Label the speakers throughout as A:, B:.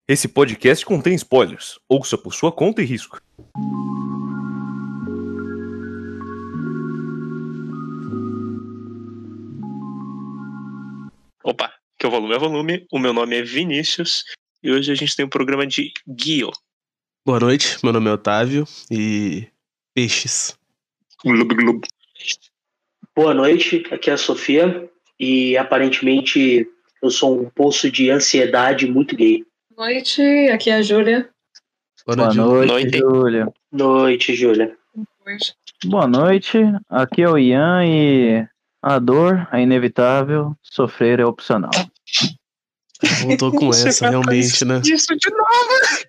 A: Esse podcast contém spoilers. Ouça por sua conta e risco.
B: Opa, que o volume é volume. O meu nome é Vinícius e hoje a gente tem um programa de Guio.
C: Boa noite, meu nome é Otávio e peixes.
B: Glub, glub.
D: Boa noite, aqui é a Sofia e aparentemente eu sou um poço de ansiedade muito gay.
E: Boa noite, aqui é a Júlia.
C: Boa
B: noite.
F: Júlia.
D: Noite, Júlia.
F: Boa noite, aqui é o Ian e a dor é inevitável, sofrer é opcional.
C: Voltou com
B: Você
C: essa,
B: vai
C: realmente, né?
B: Isso de novo.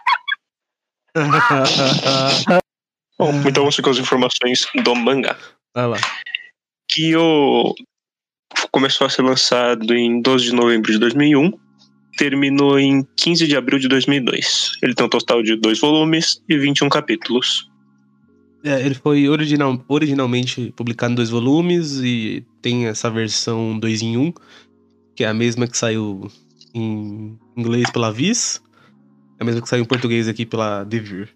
B: Bom, então vamos com as informações do mangá.
C: Vai lá.
B: Guio começou a ser lançado em 12 de novembro de 2001, terminou em 15 de abril de 2002. Ele tem um total de 2 volumes e 21 capítulos.
C: Ele foi originalmente publicado em 2 volumes e tem essa versão 2 em 1, que é a mesma que saiu em inglês pela Viz, é a mesma que saiu em português aqui pela Devir.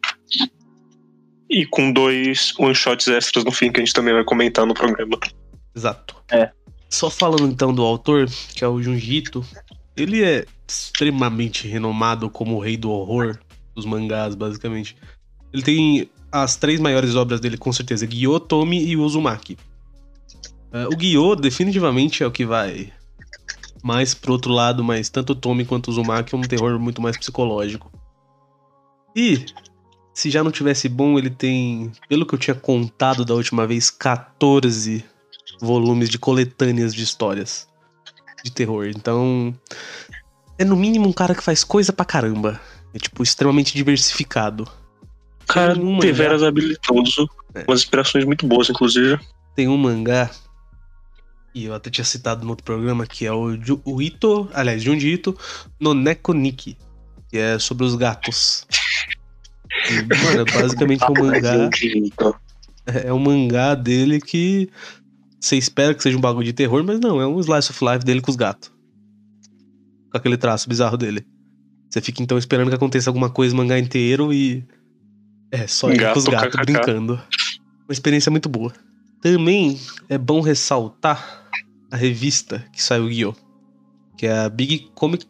B: E com 2 one-shots extras no fim, que a gente também vai comentar no programa.
C: Exato.
F: É.
C: Só falando então do autor, que é o Junji Ito, ele é extremamente renomado como o rei do horror dos mangás, basicamente. Ele tem as 3 maiores obras dele, com certeza, Guio, Tomi e Uzumaki. O Guio definitivamente é o que vai mais pro outro lado, mas tanto o Tomi quanto o Uzumaki é um terror muito mais psicológico. E, se já não tivesse bom, ele tem, pelo que eu tinha contado da última vez, 14 volumes de coletâneas de histórias de terror. Então, é no mínimo um cara que faz coisa pra caramba. É, tipo, extremamente diversificado.
B: Cara,
C: Tem um
B: deveras
C: mangá.
B: habilidoso. Umas inspirações muito boas, inclusive.
C: Tem um mangá, e eu até tinha citado no outro programa, que é o Junji Ito no Neko Nikki, que é sobre os gatos. E, mano, é basicamente um mangá. É um mangá dele que você espera que seja um bagulho de terror, mas não, é um slice of life dele com os gatos. Com aquele traço bizarro dele. Você fica então esperando que aconteça alguma coisa no mangá inteiro e é só ele com os gatos
B: kkk.
C: brincando. Uma experiência muito boa. Também é bom ressaltar a revista que saiu Guio, que é a Big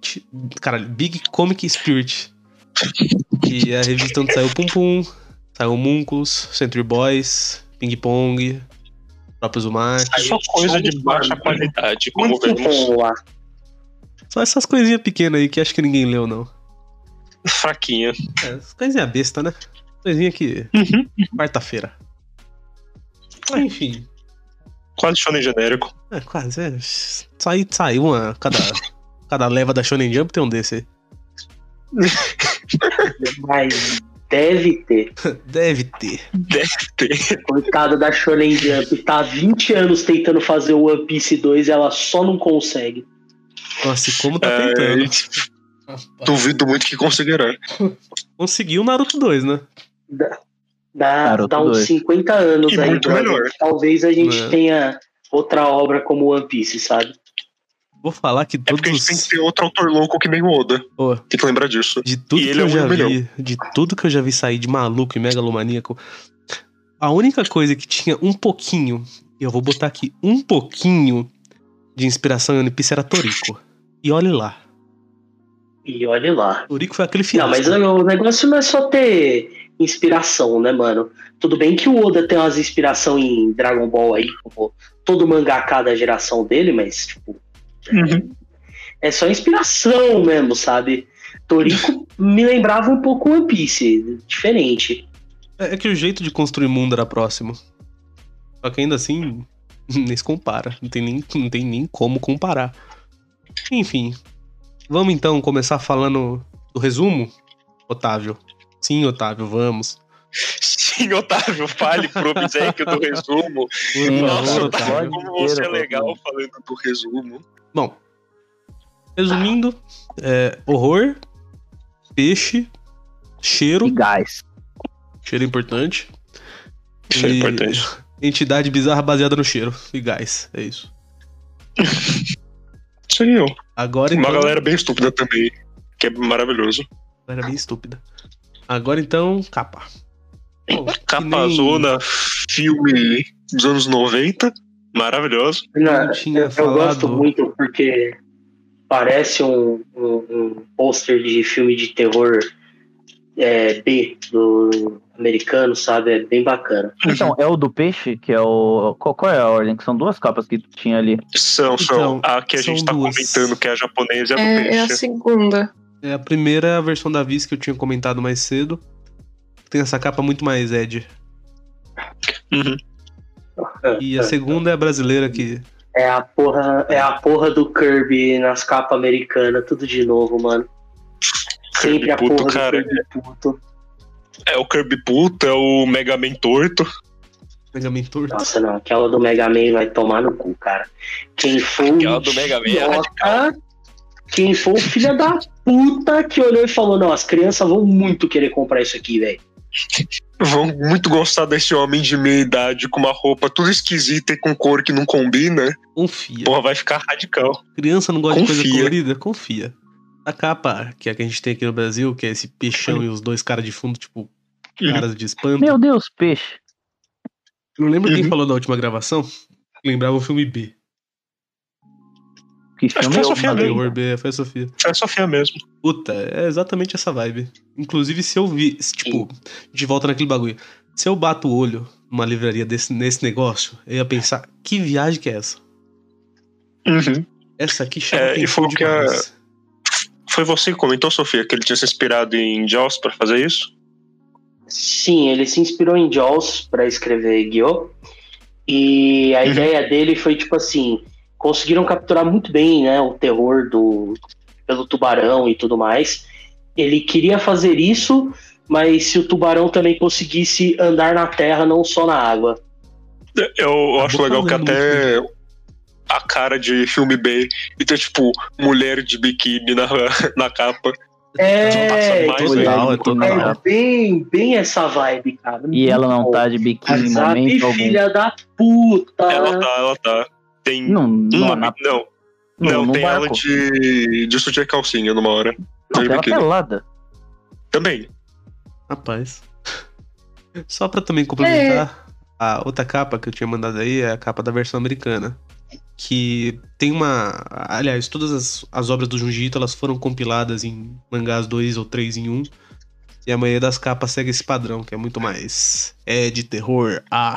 C: Comic Spirit. Que é a revista onde saiu Pum Pum, saiu Homunculus, Century Boys, Ping Pong, próprio Uzumaki.
B: Só coisa de baixa qualidade, como
D: Muito
B: vemos.
D: bom lá.
C: Só essas coisinhas pequenas aí que acho que ninguém leu, não.
B: Fraquinha.
C: Essas coisinhas besta, né? Coisinha que... quarta-feira. Mas, enfim.
B: Quase shonen genérico.
C: É, quase. Saiu uma... Cada leva da Shonen Jump tem um desse aí.
D: Mas deve ter.
C: Deve ter.
B: Deve ter.
D: Coitada da Shonen Jump, tá há 20 anos tentando fazer o One Piece 2 e ela só não consegue.
C: Nossa, e como tá tentando.
B: Duvido muito que conseguirá.
C: Conseguiu o Naruto 2, né?
D: Dá uns
F: 2.
D: 50 anos
B: E
D: aí.
B: muito
D: pra
B: melhor.
D: gente. Talvez a gente
C: É.
D: tenha outra obra como One Piece, sabe?
C: Vou falar que
B: É porque a
C: todos...
B: gente tem que ter outro autor louco que nem o Oda.
C: Pô,
B: Tem que lembrar disso.
C: de tudo
B: E
C: que
B: ele é
C: eu
B: o
C: já
B: melhor.
C: vi, de tudo que eu já vi sair de maluco e megalomaníaco, a única coisa que tinha um pouquinho, e eu vou botar aqui, um pouquinho de inspiração em One Piece era Toriko. E olhe lá.
D: E olha lá.
C: Toriko foi aquele
D: Não,
C: fiasco.
D: mas o negócio não é só ter inspiração, né, mano? Tudo bem que o Oda tem umas inspiração em Dragon Ball aí, como todo mangaka da geração dele, mas, tipo, é só inspiração mesmo, sabe? Toriko me lembrava um pouco One Piece, diferente.
C: É que o jeito de construir mundo era próximo. Só que ainda assim, nem se compara. Não tem nem como comparar. Enfim, vamos então começar falando do resumo, Otávio? Sim, Otávio, vamos.
B: Sim, Otávio, fale pro obséquio do resumo.
C: Por
B: Nossa,
C: favor,
B: Otávio,
C: Otávio.
B: como você é legal falando do resumo.
C: Bom, resumindo, horror, peixe, cheiro,
F: E gás.
C: cheiro importante.
B: Isso é
C: e
B: importante.
C: Entidade bizarra baseada no cheiro e gás, é isso.
B: Isso aí, ó.
C: Agora
B: Uma
C: então,
B: galera bem estúpida também. que é maravilhoso.
C: Era bem estúpida. Agora então, capa. Pô,
B: Capa zona, filme dos anos 90, maravilhoso.
C: Não tinha
D: eu
C: falado.
D: gosto muito porque parece um pôster de filme de terror B do americano, sabe? É bem bacana.
F: Então, é o do peixe, que é o... Qual é a ordem? Que são duas capas que tinha ali.
B: São.
C: Então,
B: A que a
C: são
B: gente tá
C: duas.
B: comentando, que é a japonesa, é a do
E: É a
B: peixe.
E: segunda.
C: É a primeira versão da Viz que eu tinha comentado mais cedo. Tem essa capa muito mais Ed.
B: Uhum.
C: E a segunda é a brasileira que...
D: É a porra do Kirby nas capas americanas, tudo de novo, mano. Sempre a
B: Kirby puto,
D: porra do
B: cara.
D: Kirby puto.
B: É o Kirby puto, é o Mega Man torto.
C: Mega Man torto.
D: Nossa, não, aquela do Mega Man vai tomar no cu, cara. Quem for
B: Aquela do Mega Man é radical.
D: quem for o filho da puta que olhou e falou, não, as crianças vão muito querer comprar isso aqui, velho.
B: Vão muito gostar desse homem de meia idade com uma roupa toda esquisita e com cor que não combina.
C: Confia.
B: Porra, vai ficar radical.
C: Criança não gosta de coisa
B: Confia.
C: colorida? Confia. A capa, que é a que a gente tem aqui no Brasil, que é esse peixão e os dois caras de fundo, tipo, caras de espanto.
F: Meu Deus, peixe.
C: Eu não lembro quem
B: Uhum.
C: falou da última gravação. Lembrava o filme B.
F: Que
B: Acho que
F: filme
B: foi a
F: é o
B: Sofia
F: Mano?
B: mesmo.
C: Terror B, foi a Sofia.
B: É a Sofia mesmo.
C: Puta, é exatamente essa vibe. Inclusive, se eu vi, tipo, de volta naquele bagulho. Se eu bato o olho numa livraria nesse negócio, eu ia pensar, que viagem que é essa?
B: Uhum.
C: Essa aqui chama
B: E
C: atenção
B: foi o que
C: demais.
B: Foi você que comentou, Sofia, que ele tinha se inspirado em Jaws pra fazer isso?
D: Sim, ele se inspirou em Jaws pra escrever Gyo. E a ideia dele foi tipo assim, conseguiram capturar muito bem, né, o terror pelo tubarão e tudo mais. Ele queria fazer isso, mas se o tubarão também conseguisse andar na terra, não só na água.
B: Eu acho legal que
C: fazendo
B: até a cara de filme B e ter, tipo, mulher de biquíni na capa.
D: É,
B: mais
C: Total, é
F: Mulher de biquíni
C: total.
F: na
D: é bem essa vibe, cara.
F: E ela não
D: Muito
F: tá
D: bom.
F: de biquíni em
D: Sabe,
F: momento algum.
D: filha da puta.
B: Ela tá. Tem
F: Não,
B: uma.
F: não,
B: Não,
F: no
B: tem ela
F: barco.
B: de sutiã e calcinha numa hora.
F: Não,
B: De
F: ela
B: biquíni.
F: pelada.
B: Também.
C: Rapaz. Só pra também complementar, a outra capa que eu tinha mandado aí é a capa da versão americana. Que tem uma... Aliás, todas as obras do Junji Ito, elas foram compiladas em mangás 2 ou 3 em 1. E a maioria das capas segue esse padrão, que é muito mais... É de terror,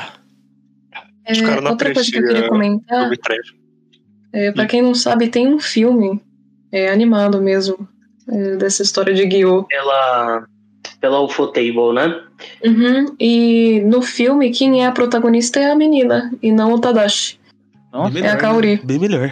B: Os caras não
E: Outra coisa que eu
B: apreciam
E: queria comentar,
B: filme trash.
E: pra quem não sabe, tem um filme animado mesmo, dessa história de Gyo.
D: Pela Ufotable, né?
E: Uhum, e no filme, quem é a protagonista é a menina, e não o Tadashi.
F: Nossa,
E: É a Kaori.
C: Bem melhor.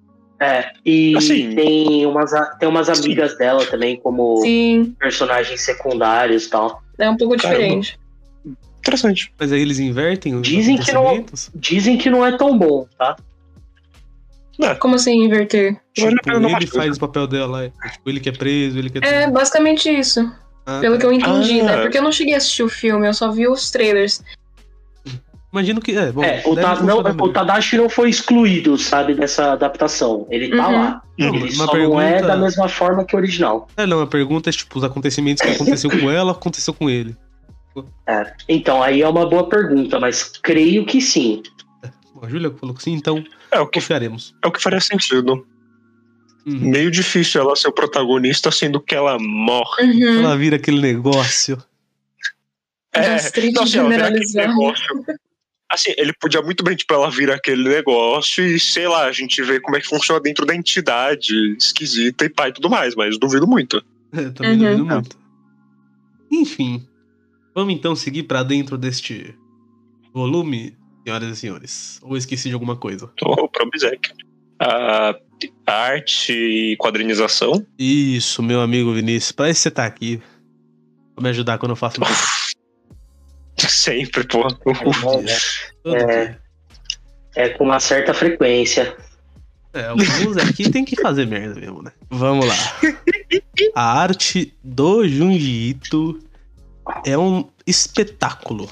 D: E
B: Assim,
D: tem umas amigas dela também, como
E: Sim,
D: personagens secundários e tal.
E: é um pouco
B: Caramba.
E: diferente.
B: Interessante.
C: Mas aí eles invertem os
D: Dizem que não-
C: acontecimentos.
D: Dizem que não é tão bom, tá?
E: Como assim inverter?
B: Vale a
C: Tipo,
B: pena dar uma
C: ele
B: chance.
C: faz o papel dela. Tipo, ele que é preso, ele que é...
E: É basicamente isso, pelo que eu entendi,
B: Ah.
E: né? Porque eu não cheguei a assistir o filme, eu só vi os trailers.
C: Imagino que... Bom,
D: O
C: deve funcionar melhor.
D: Tadashi não foi excluído, sabe, dessa adaptação. Ele tá
E: Uhum.
D: lá.
C: Não,
D: Ele
C: uma
D: só não é
C: pergunta-
D: da mesma forma que o original.
C: Não, a pergunta é, tipo, os acontecimentos que aconteceu com ela, aconteceu com ele.
D: Então, aí é uma boa pergunta, mas creio que sim.
C: Bom, a Júlia falou que sim, então
B: É o que
C: confiaremos.
B: faria sentido.
C: Uhum.
B: Meio difícil ela ser o protagonista, sendo que ela morre.
E: Uhum.
C: Ela vira aquele negócio.
E: Gastrite
B: não, assim, ela vira aquele
E: generalizada.
B: negócio. Assim, ele podia muito bem, tipo, ela vira aquele negócio e, sei lá, a gente vê como é que funciona dentro da entidade esquisita e pai e tudo mais, mas duvido muito.
C: Também
E: Uhum.
C: duvido muito. Enfim, vamos então seguir pra dentro deste volume, senhoras e senhores. Ou eu esqueci de alguma coisa?
B: O Probizek. A arte e quadrinização.
C: Isso, meu amigo Vinícius. Pra isso você tá aqui. Pra me ajudar quando eu faço uma coisa.
B: Sempre, pô.
C: Todo dia.
D: É com uma certa frequência.
C: Alguns aqui tem que fazer merda mesmo, né? Vamos lá. A arte do Junji Ito é um espetáculo.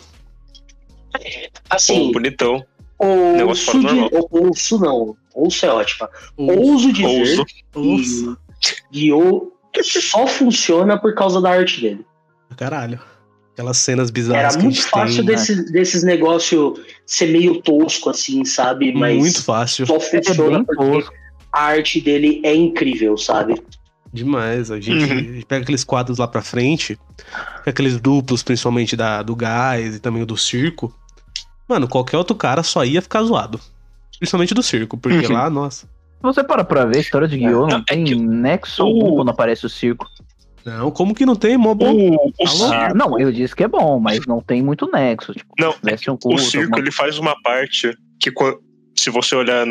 D: Assim,
B: Bonitão.
D: ouço,
B: Negócio fora do normal.
D: ouço não. Ouço é ótima. Ouso dizer
B: Ouso.
C: Ouça.
D: que só funciona por causa da arte dele.
C: Caralho. Aquelas cenas bizarras
D: Era
C: que a
D: muito
C: gente
D: fácil
C: tem.
D: desses negócios ser meio tosco, assim, sabe? Mas
C: Muito fácil.
D: só funciona
F: bem
D: porque
F: tosco.
D: a arte dele é incrível, sabe?
C: Demais. A gente pega aqueles quadros lá pra frente, pega aqueles duplos, principalmente do gás e também o do circo. Mano, qualquer outro cara só ia ficar zoado. Principalmente do circo, porque lá, nossa.
F: Se você para pra ver a história de Guiô, não tem nexo algum quando aparece o circo.
C: Não, como que não tem? Mó bom.
F: Ah, não, eu disse que é bom, mas não tem muito nexo. Tipo,
B: Não,
F: se tivesse um
B: o
F: culto,
B: circo
F: alguma-
B: ele faz uma parte que se você olhar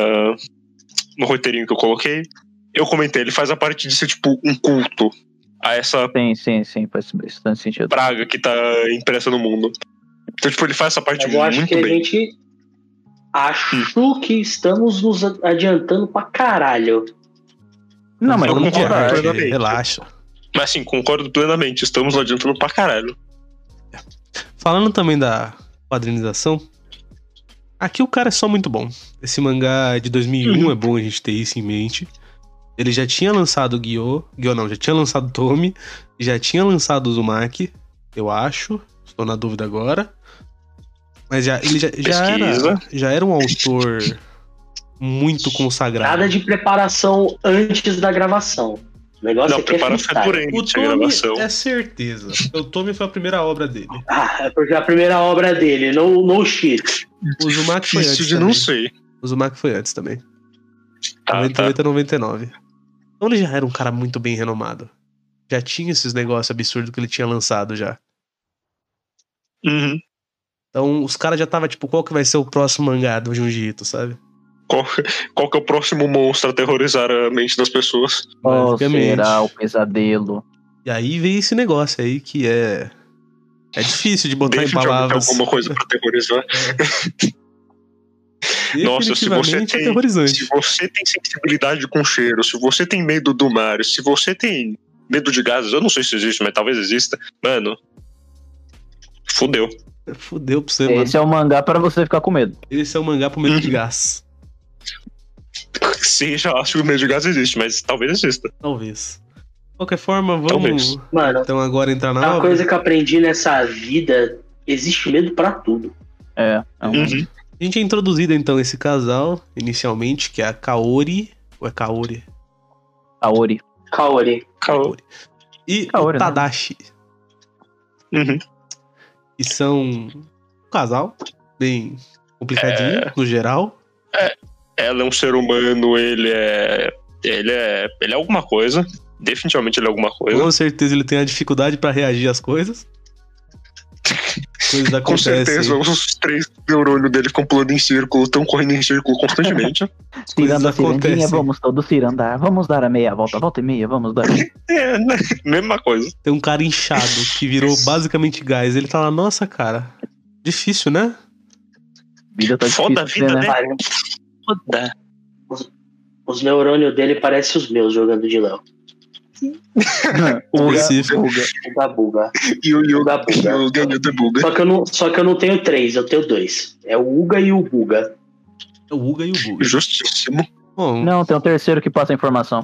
B: no roteirinho que eu coloquei, eu comentei, ele faz a parte de ser tipo um culto a essa
F: Sim, faz bastante sentido.
B: praga que tá impressa no mundo. Então, tipo, ele faz essa parte
D: Mas eu acho
B: muito
D: que a
B: bem.
D: gente. Acho que estamos nos adiantando pra caralho.
F: Não, mas
B: Eu
F: vamos
B: concordo
F: falar.
B: plenamente.
C: Relaxa.
B: Mas assim, concordo plenamente, estamos adiantando pra caralho.
C: Falando também da quadrinização, aqui o cara é só muito bom. Esse mangá é de 2001, é bom a gente ter isso em mente. Ele já tinha lançado Guiô não, já tinha lançado Tomi, já tinha lançado Uzumaki, eu acho, estou na dúvida agora. Mas ele já era um autor muito consagrado.
D: Nada de preparação antes da gravação. O negócio
B: Não,
D: aqui é
B: prepara foi
D: freestyle.
C: O
B: durante a
C: Tomi
B: gravação.
C: é certeza. O Tomi foi a primeira obra dele.
D: É porque a primeira obra dele, no shit.
C: O Uzumaki foi
B: Difícil
C: antes
B: de
C: também.
B: não sei.
C: O Uzumaki foi antes também.
B: Tá.
C: 98 a 99. Então ele já era um cara muito bem renomado. Já tinha esses negócios absurdos que ele tinha lançado já.
B: Uhum.
C: Então os caras já tava tipo, qual que vai ser o próximo mangá do Junji Ito, sabe?
B: Qual que é o próximo monstro a aterrorizar a mente das pessoas?
F: Qual
C: Basicamente.
F: será o pesadelo?
C: E aí veio esse negócio aí que é difícil de botar em
B: Definitivamente
C: palavras.
B: alguma coisa pra aterrorizar. Nossa, se você
C: Definitivamente
B: tem,
C: aterrorizante.
B: se você tem sensibilidade com cheiro, se você tem medo do mar, se você tem medo de gases, eu não sei se existe, mas talvez exista, mano, fudeu.
C: Fudeu pra você, mano.
F: Esse é o mangá para você ficar com medo.
C: Esse é o mangá pro medo de gás.
B: Sim, já acho que o medo de gases existe, mas talvez exista.
C: Talvez. De qualquer forma, vamos
B: Talvez.
D: Mano,
C: então agora entrar na
D: uma
C: obra.
D: coisa que eu aprendi nessa vida, existe medo pra tudo.
F: É um...
B: Uhum.
C: A gente é introduzido então esse casal, inicialmente, que é a Kaori. Ou é Kaori?
F: Kaori.
D: Kaori.
C: Kaori. E
F: Kaori,
C: o Tadashi.
B: Uhum.
C: Que são um casal bem complicadinho, no geral.
B: Ela é um ser humano, ele é alguma coisa. Definitivamente ele é alguma coisa.
C: Com certeza ele tem a dificuldade pra reagir às coisas. Coisas
B: Com
C: acontecem.
B: certeza, os 3 neurônios dele ficam pulando em círculo, estão correndo em círculo constantemente.
F: Tirando a
C: acontecem.
F: cirandinha, vamos todos ir andar. Vamos dar a meia volta, volta e meia, vamos dar.
B: É, né? Mesma coisa.
C: Tem um cara inchado que virou basicamente gás. Ele tá lá, nossa, cara. Difícil, né?
F: Vida tá
B: Foda a
F: difícil,
B: vida,
F: né?
B: né?
D: Cara,
B: Foda.
D: os neurônios dele parecem os meus jogando de Léo.
C: Específico.
D: Buga.
B: E o
D: Buga, buga.
B: o ganho do buga.
D: Só que eu não tenho 3, eu tenho 2. É o Uga e o Buga.
C: É o Uga e o Buga.
B: Justíssimo.
C: Bom,
F: Não, tem um terceiro que passa a informação.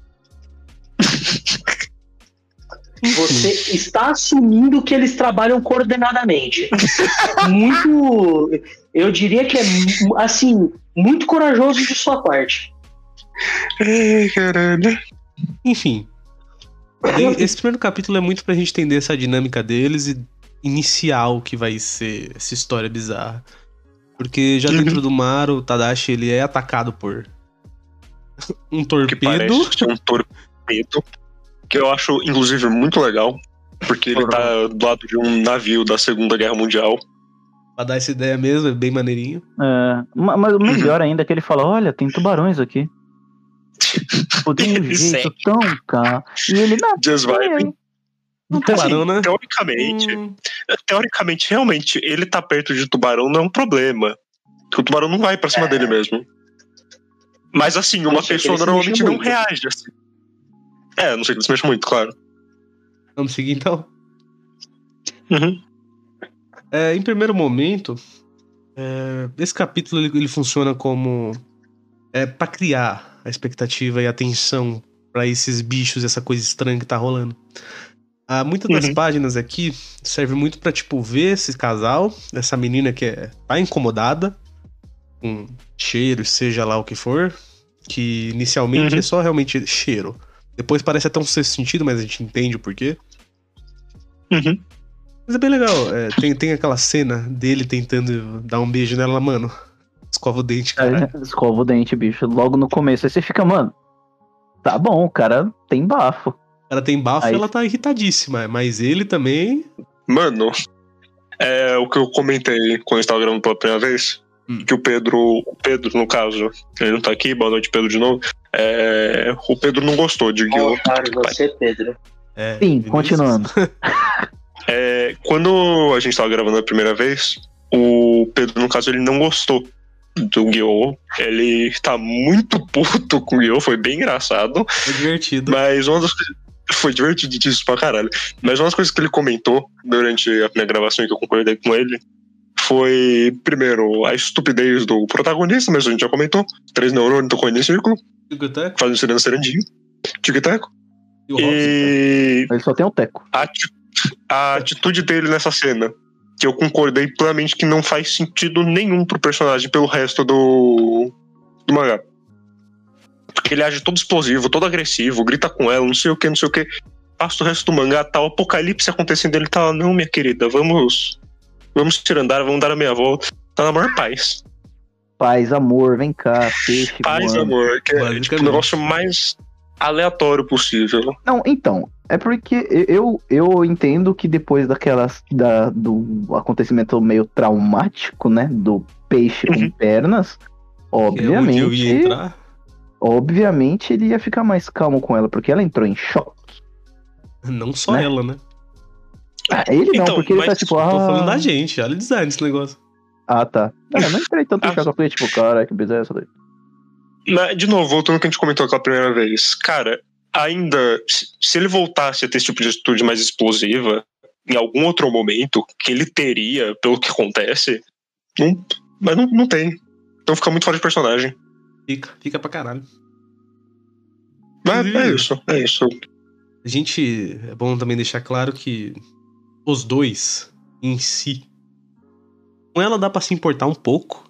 D: Você está assumindo que eles trabalham coordenadamente. Muito. Eu diria que é, assim, muito corajoso de sua parte.
B: Ai, caralho.
C: enfim. Esse primeiro capítulo é muito pra gente entender essa dinâmica deles e iniciar o que vai ser essa história bizarra. Porque já dentro do mar, o Tadashi ele é atacado por um
B: Que
C: torpedo.
B: parece ser um torpedo. Que eu acho, inclusive, muito legal. Porque ele tá do lado de um navio da Segunda Guerra Mundial.
C: Pra dar essa ideia mesmo, é bem maneirinho.
F: É, mas o melhor ainda é que ele fala, olha, tem tubarões aqui. Tipo, de um jeito
B: Sério?
F: tão cá. E ele, não,
B: Just vibing.
C: Um tubarão, né?
B: Teoricamente, realmente, ele tá perto de tubarão não é um problema. Porque o tubarão não vai pra cima dele mesmo. Mas assim, uma
D: Não sei que
B: pessoa
D: ele se
B: normalmente
D: mexa
B: não
D: muito.
B: reage assim. É, a não sei que ele se mexe muito, claro.
C: Vamos seguir então?
B: Uhum.
C: Em primeiro momento, esse capítulo ele funciona como pra criar a expectativa e a tensão pra esses bichos, essa coisa estranha que tá rolando. Muitas das páginas aqui servem muito pra, tipo, ver esse casal, essa menina que tá incomodada com cheiro, seja lá o que for, que inicialmente é só realmente cheiro. Depois parece até um sexto sentido, mas a gente entende o porquê. Mas é bem legal. Tem aquela cena dele tentando dar um beijo nela, mano. Escova o dente, cara.
F: Escova o dente, bicho. Logo no começo. Aí você fica, mano, tá bom, o cara tem bafo.
C: O cara tem bafo
F: Aí...
C: e ela tá irritadíssima. Mas ele também...
B: Mano, o que eu comentei quando eu estava gravando pela primeira vez, que o Pedro, no caso, ele não tá aqui, boa noite, Pedro, de novo. O Pedro não gostou de Yu-Gi-Oh!
D: Claro, você, Pedro.
F: Sim, continuando.
B: Quando a gente tava gravando a primeira vez, o Pedro, no caso, ele não gostou do Yu-Gi-Oh! Ele tá muito puto com o Yu-Gi-Oh! Foi bem engraçado.
C: Foi divertido.
B: Mas uma das coisas... Foi divertidíssimo pra caralho. Mas uma das coisas que ele comentou durante a minha gravação e que eu concordei com ele foi, primeiro, a estupidez do protagonista, mas a gente já comentou. 3 neurônios tocou em círculo.
C: Tic-tac.
B: Fazendo sereno serendinho. Tic-tac.
C: E
F: ele só tem um teco.
B: A atitude dele nessa cena, que eu concordei plenamente que não faz sentido nenhum pro personagem pelo resto do mangá. Porque ele age todo explosivo, todo agressivo, grita com ela, não sei o que. Passa o resto do mangá, tá o apocalipse acontecendo, ele tá lá, não, minha querida, vamos tirar andar, vamos dar a meia volta. Tá na maior paz.
F: Paz, amor, vem cá, peixe.
B: Paz, amor, que é tipo, o negócio mais aleatório possível.
F: Não, então, é porque eu entendo que depois do acontecimento meio traumático, né, do peixe com pernas, obviamente...
C: eu ia entrar.
F: Obviamente ele ia ficar mais calmo com ela, porque ela entrou em choque.
C: Não só ela, né?
F: Ele não, porque ele tá tipo...
C: Tô falando da gente, olha o design desse negócio.
F: Tá. Eu não entrei tanto em choque, eu falei tipo, cara, que bizarro essa daí.
B: Mas, de novo, voltando ao que a gente comentou aquela primeira vez. Cara, ainda, se ele voltasse a ter esse tipo de atitude mais explosiva, em algum outro momento, que ele teria, pelo que acontece, mas não tem. Então fica muito fora de personagem.
C: Fica pra caralho.
B: Mas é isso.
C: A gente, é bom também deixar claro que os dois, em si, com ela dá pra se importar um pouco.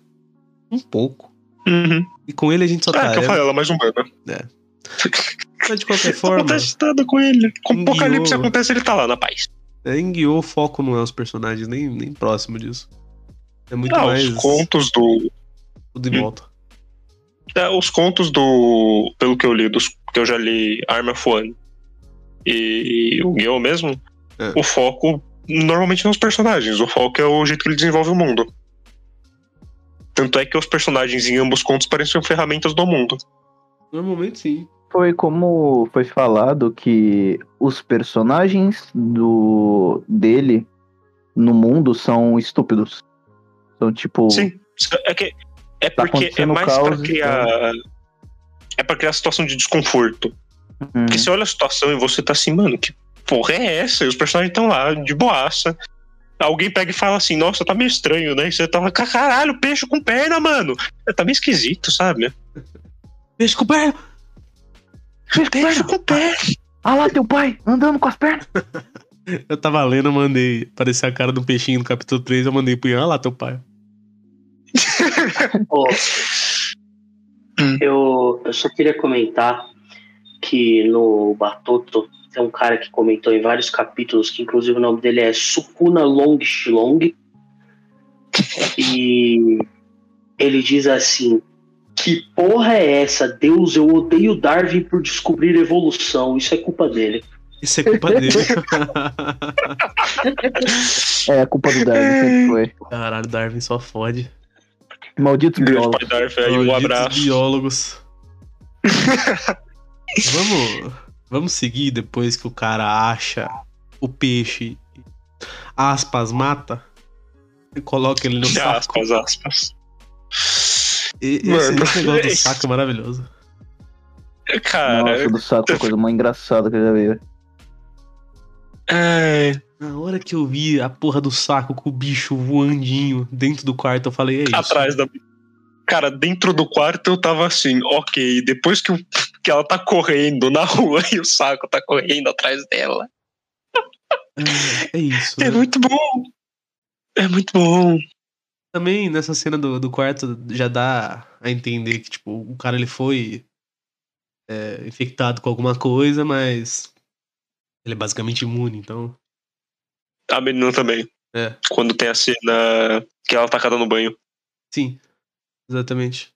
C: E com ele a gente só tá...
B: que eu falei, ela é mais humana.
C: Mas de qualquer forma...
B: Não acontece nada com ele. Com o apocalipse acontece, ele tá lá na paz.
C: Em Yu-Gi-Oh! O foco não é os personagens, nem próximo disso. É muito mais...
B: Os contos do...
C: Tudo em volta.
B: Os contos do... Pelo que eu li, que eu já li Arm of One e o Yu-Gi-Oh! Mesmo, o foco normalmente não é os personagens. O foco é o jeito que ele desenvolve o mundo. Tanto é que os personagens em ambos contos pareciam ferramentas do mundo.
C: Normalmente sim.
F: Foi como foi falado que os personagens dele no mundo são estúpidos. São tipo...
B: Sim, é porque é mais pra criar... É pra criar situação de desconforto. Porque você olha a situação e você tá assim, mano, que porra é essa? E os personagens estão lá, de boaça. Alguém pega e fala assim, nossa, tá meio estranho, né? E você tá lá, caralho, peixe com perna, mano. Tá meio esquisito, sabe?
C: Peixe com perna!
B: Peixe com perna!
F: Ah lá, teu pai, andando com as pernas.
C: Eu tava lendo, eu mandei, apareceu a cara do peixinho no capítulo 3, eu mandei pro Ian, lá, teu pai.
D: Eu só queria comentar que no Batoto tem um cara que comentou em vários capítulos, que inclusive o nome dele é Sukuna Long Shilong, e ele diz assim: que porra é essa? Deus, eu odeio Darwin por descobrir evolução, isso é culpa dele.
C: Isso é culpa dele.
F: É a culpa do Darwin, sempre foi.
C: Caralho, Darwin só fode.
F: Malditos biólogos.
B: Um abraço.
C: Biólogos. Vamos seguir depois que o cara acha o peixe, aspas, mata, e coloca ele no saco.
B: Aspas.
C: Esse negócio do saco é maravilhoso.
B: Cara...
F: Nossa, do saco é a coisa mais engraçada que eu já vi.
C: Na hora que eu vi a porra do saco com o bicho voandinho dentro do quarto, eu falei, é isso.
B: Atrás da... Cara, dentro do quarto eu tava assim, ok, depois que que ela tá correndo na rua e o saco tá correndo atrás dela.
C: É isso.
B: É
C: né?
B: muito bom. É muito bom.
C: Também nessa cena do quarto já dá a entender que, tipo, o cara ele foi infectado com alguma coisa, mas ele é basicamente imune, então.
B: A menina também.
C: É.
B: Quando tem a cena que ela tá cada no banho.
C: Sim, exatamente.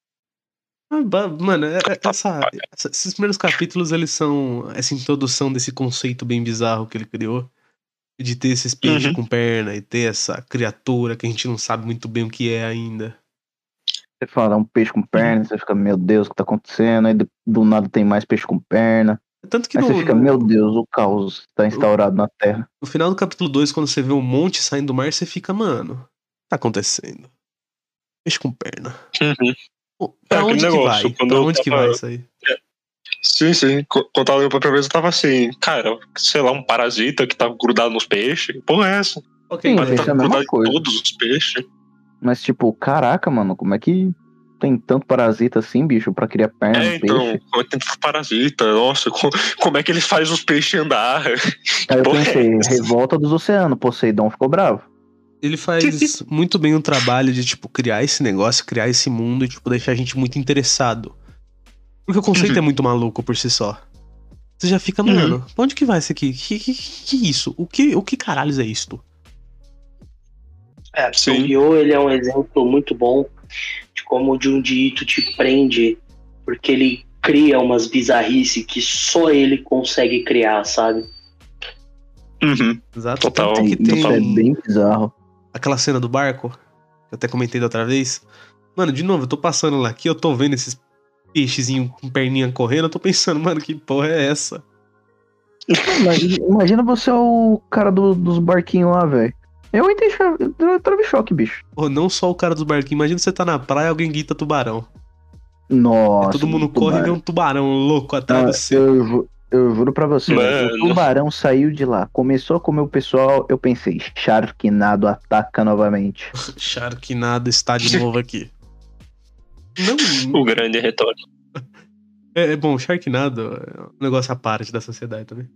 C: Mano, esses primeiros capítulos, eles são essa introdução desse conceito bem bizarro que ele criou. De ter esses peixes com perna e ter essa criatura que a gente não sabe muito bem o que é ainda.
F: Você fala, um peixe com perna, você fica, meu Deus, o que tá acontecendo? Aí do nada tem mais peixe com perna.
C: Tanto que
F: Aí você fica, meu Deus, o caos tá instaurado na Terra.
C: No final do capítulo 2, quando você vê um monte saindo do mar, você fica, mano, o que tá acontecendo? Peixe com perna. Pra onde que vai? Pra onde que vai isso aí?
B: Sim. Quando eu tava lendo pra primeira vez, eu tava assim, cara, sei lá, um parasita que tá grudado nos peixes. Que porra é essa?
C: Ok,
F: Sim,
B: Mas
F: peixe
B: tá
F: é a mesma
B: grudado em
F: coisa.
B: todos os peixes.
F: Mas tipo, caraca, mano, como é que tem tanto parasita assim, bicho, pra criar perna no
B: Então,
F: peixe?
B: como é que tem tanto parasita? Nossa, como é que ele faz os peixes andar?
F: Aí eu
B: porra é
F: pensei,
B: essa?
F: revolta dos oceanos, Poseidon ficou bravo.
C: Ele faz muito bem o trabalho de, tipo, criar esse negócio, criar esse mundo e, tipo, deixar a gente muito interessado. Porque o conceito é muito maluco por si só. Você já fica, mano, pra onde que vai isso aqui? Que isso? O que caralhos é isto?
D: O Yu-Gi-Oh! Ele é um exemplo muito bom de como o Junji Ito te prende, porque ele cria umas bizarrices que só ele consegue criar, sabe?
C: Exato.
B: Total.
C: Tanto que
F: Isso é
C: tem
F: bem bizarro.
C: aquela cena do barco, que eu até comentei da outra vez. Mano, de novo, eu tô passando lá aqui, eu tô vendo esses peixezinhos com perninha correndo, eu tô pensando, mano, que porra é essa?
F: Imagina você é o cara dos barquinhos lá, velho. Eu entrei em choque, bicho.
C: Pô, não só o cara dos barquinhos, imagina você tá na praia e alguém grita tubarão.
F: Nossa.
C: Aí todo mundo corre e vê um tubarão louco atrás do seu.
F: Eu juro pra você,
B: Mano.
F: o tubarão saiu de lá, começou a comer o pessoal, eu pensei, Sharknado ataca novamente.
C: Sharknado está de novo aqui.
B: O grande retorno.
C: É bom, Sharknado é um negócio à parte da sociedade também.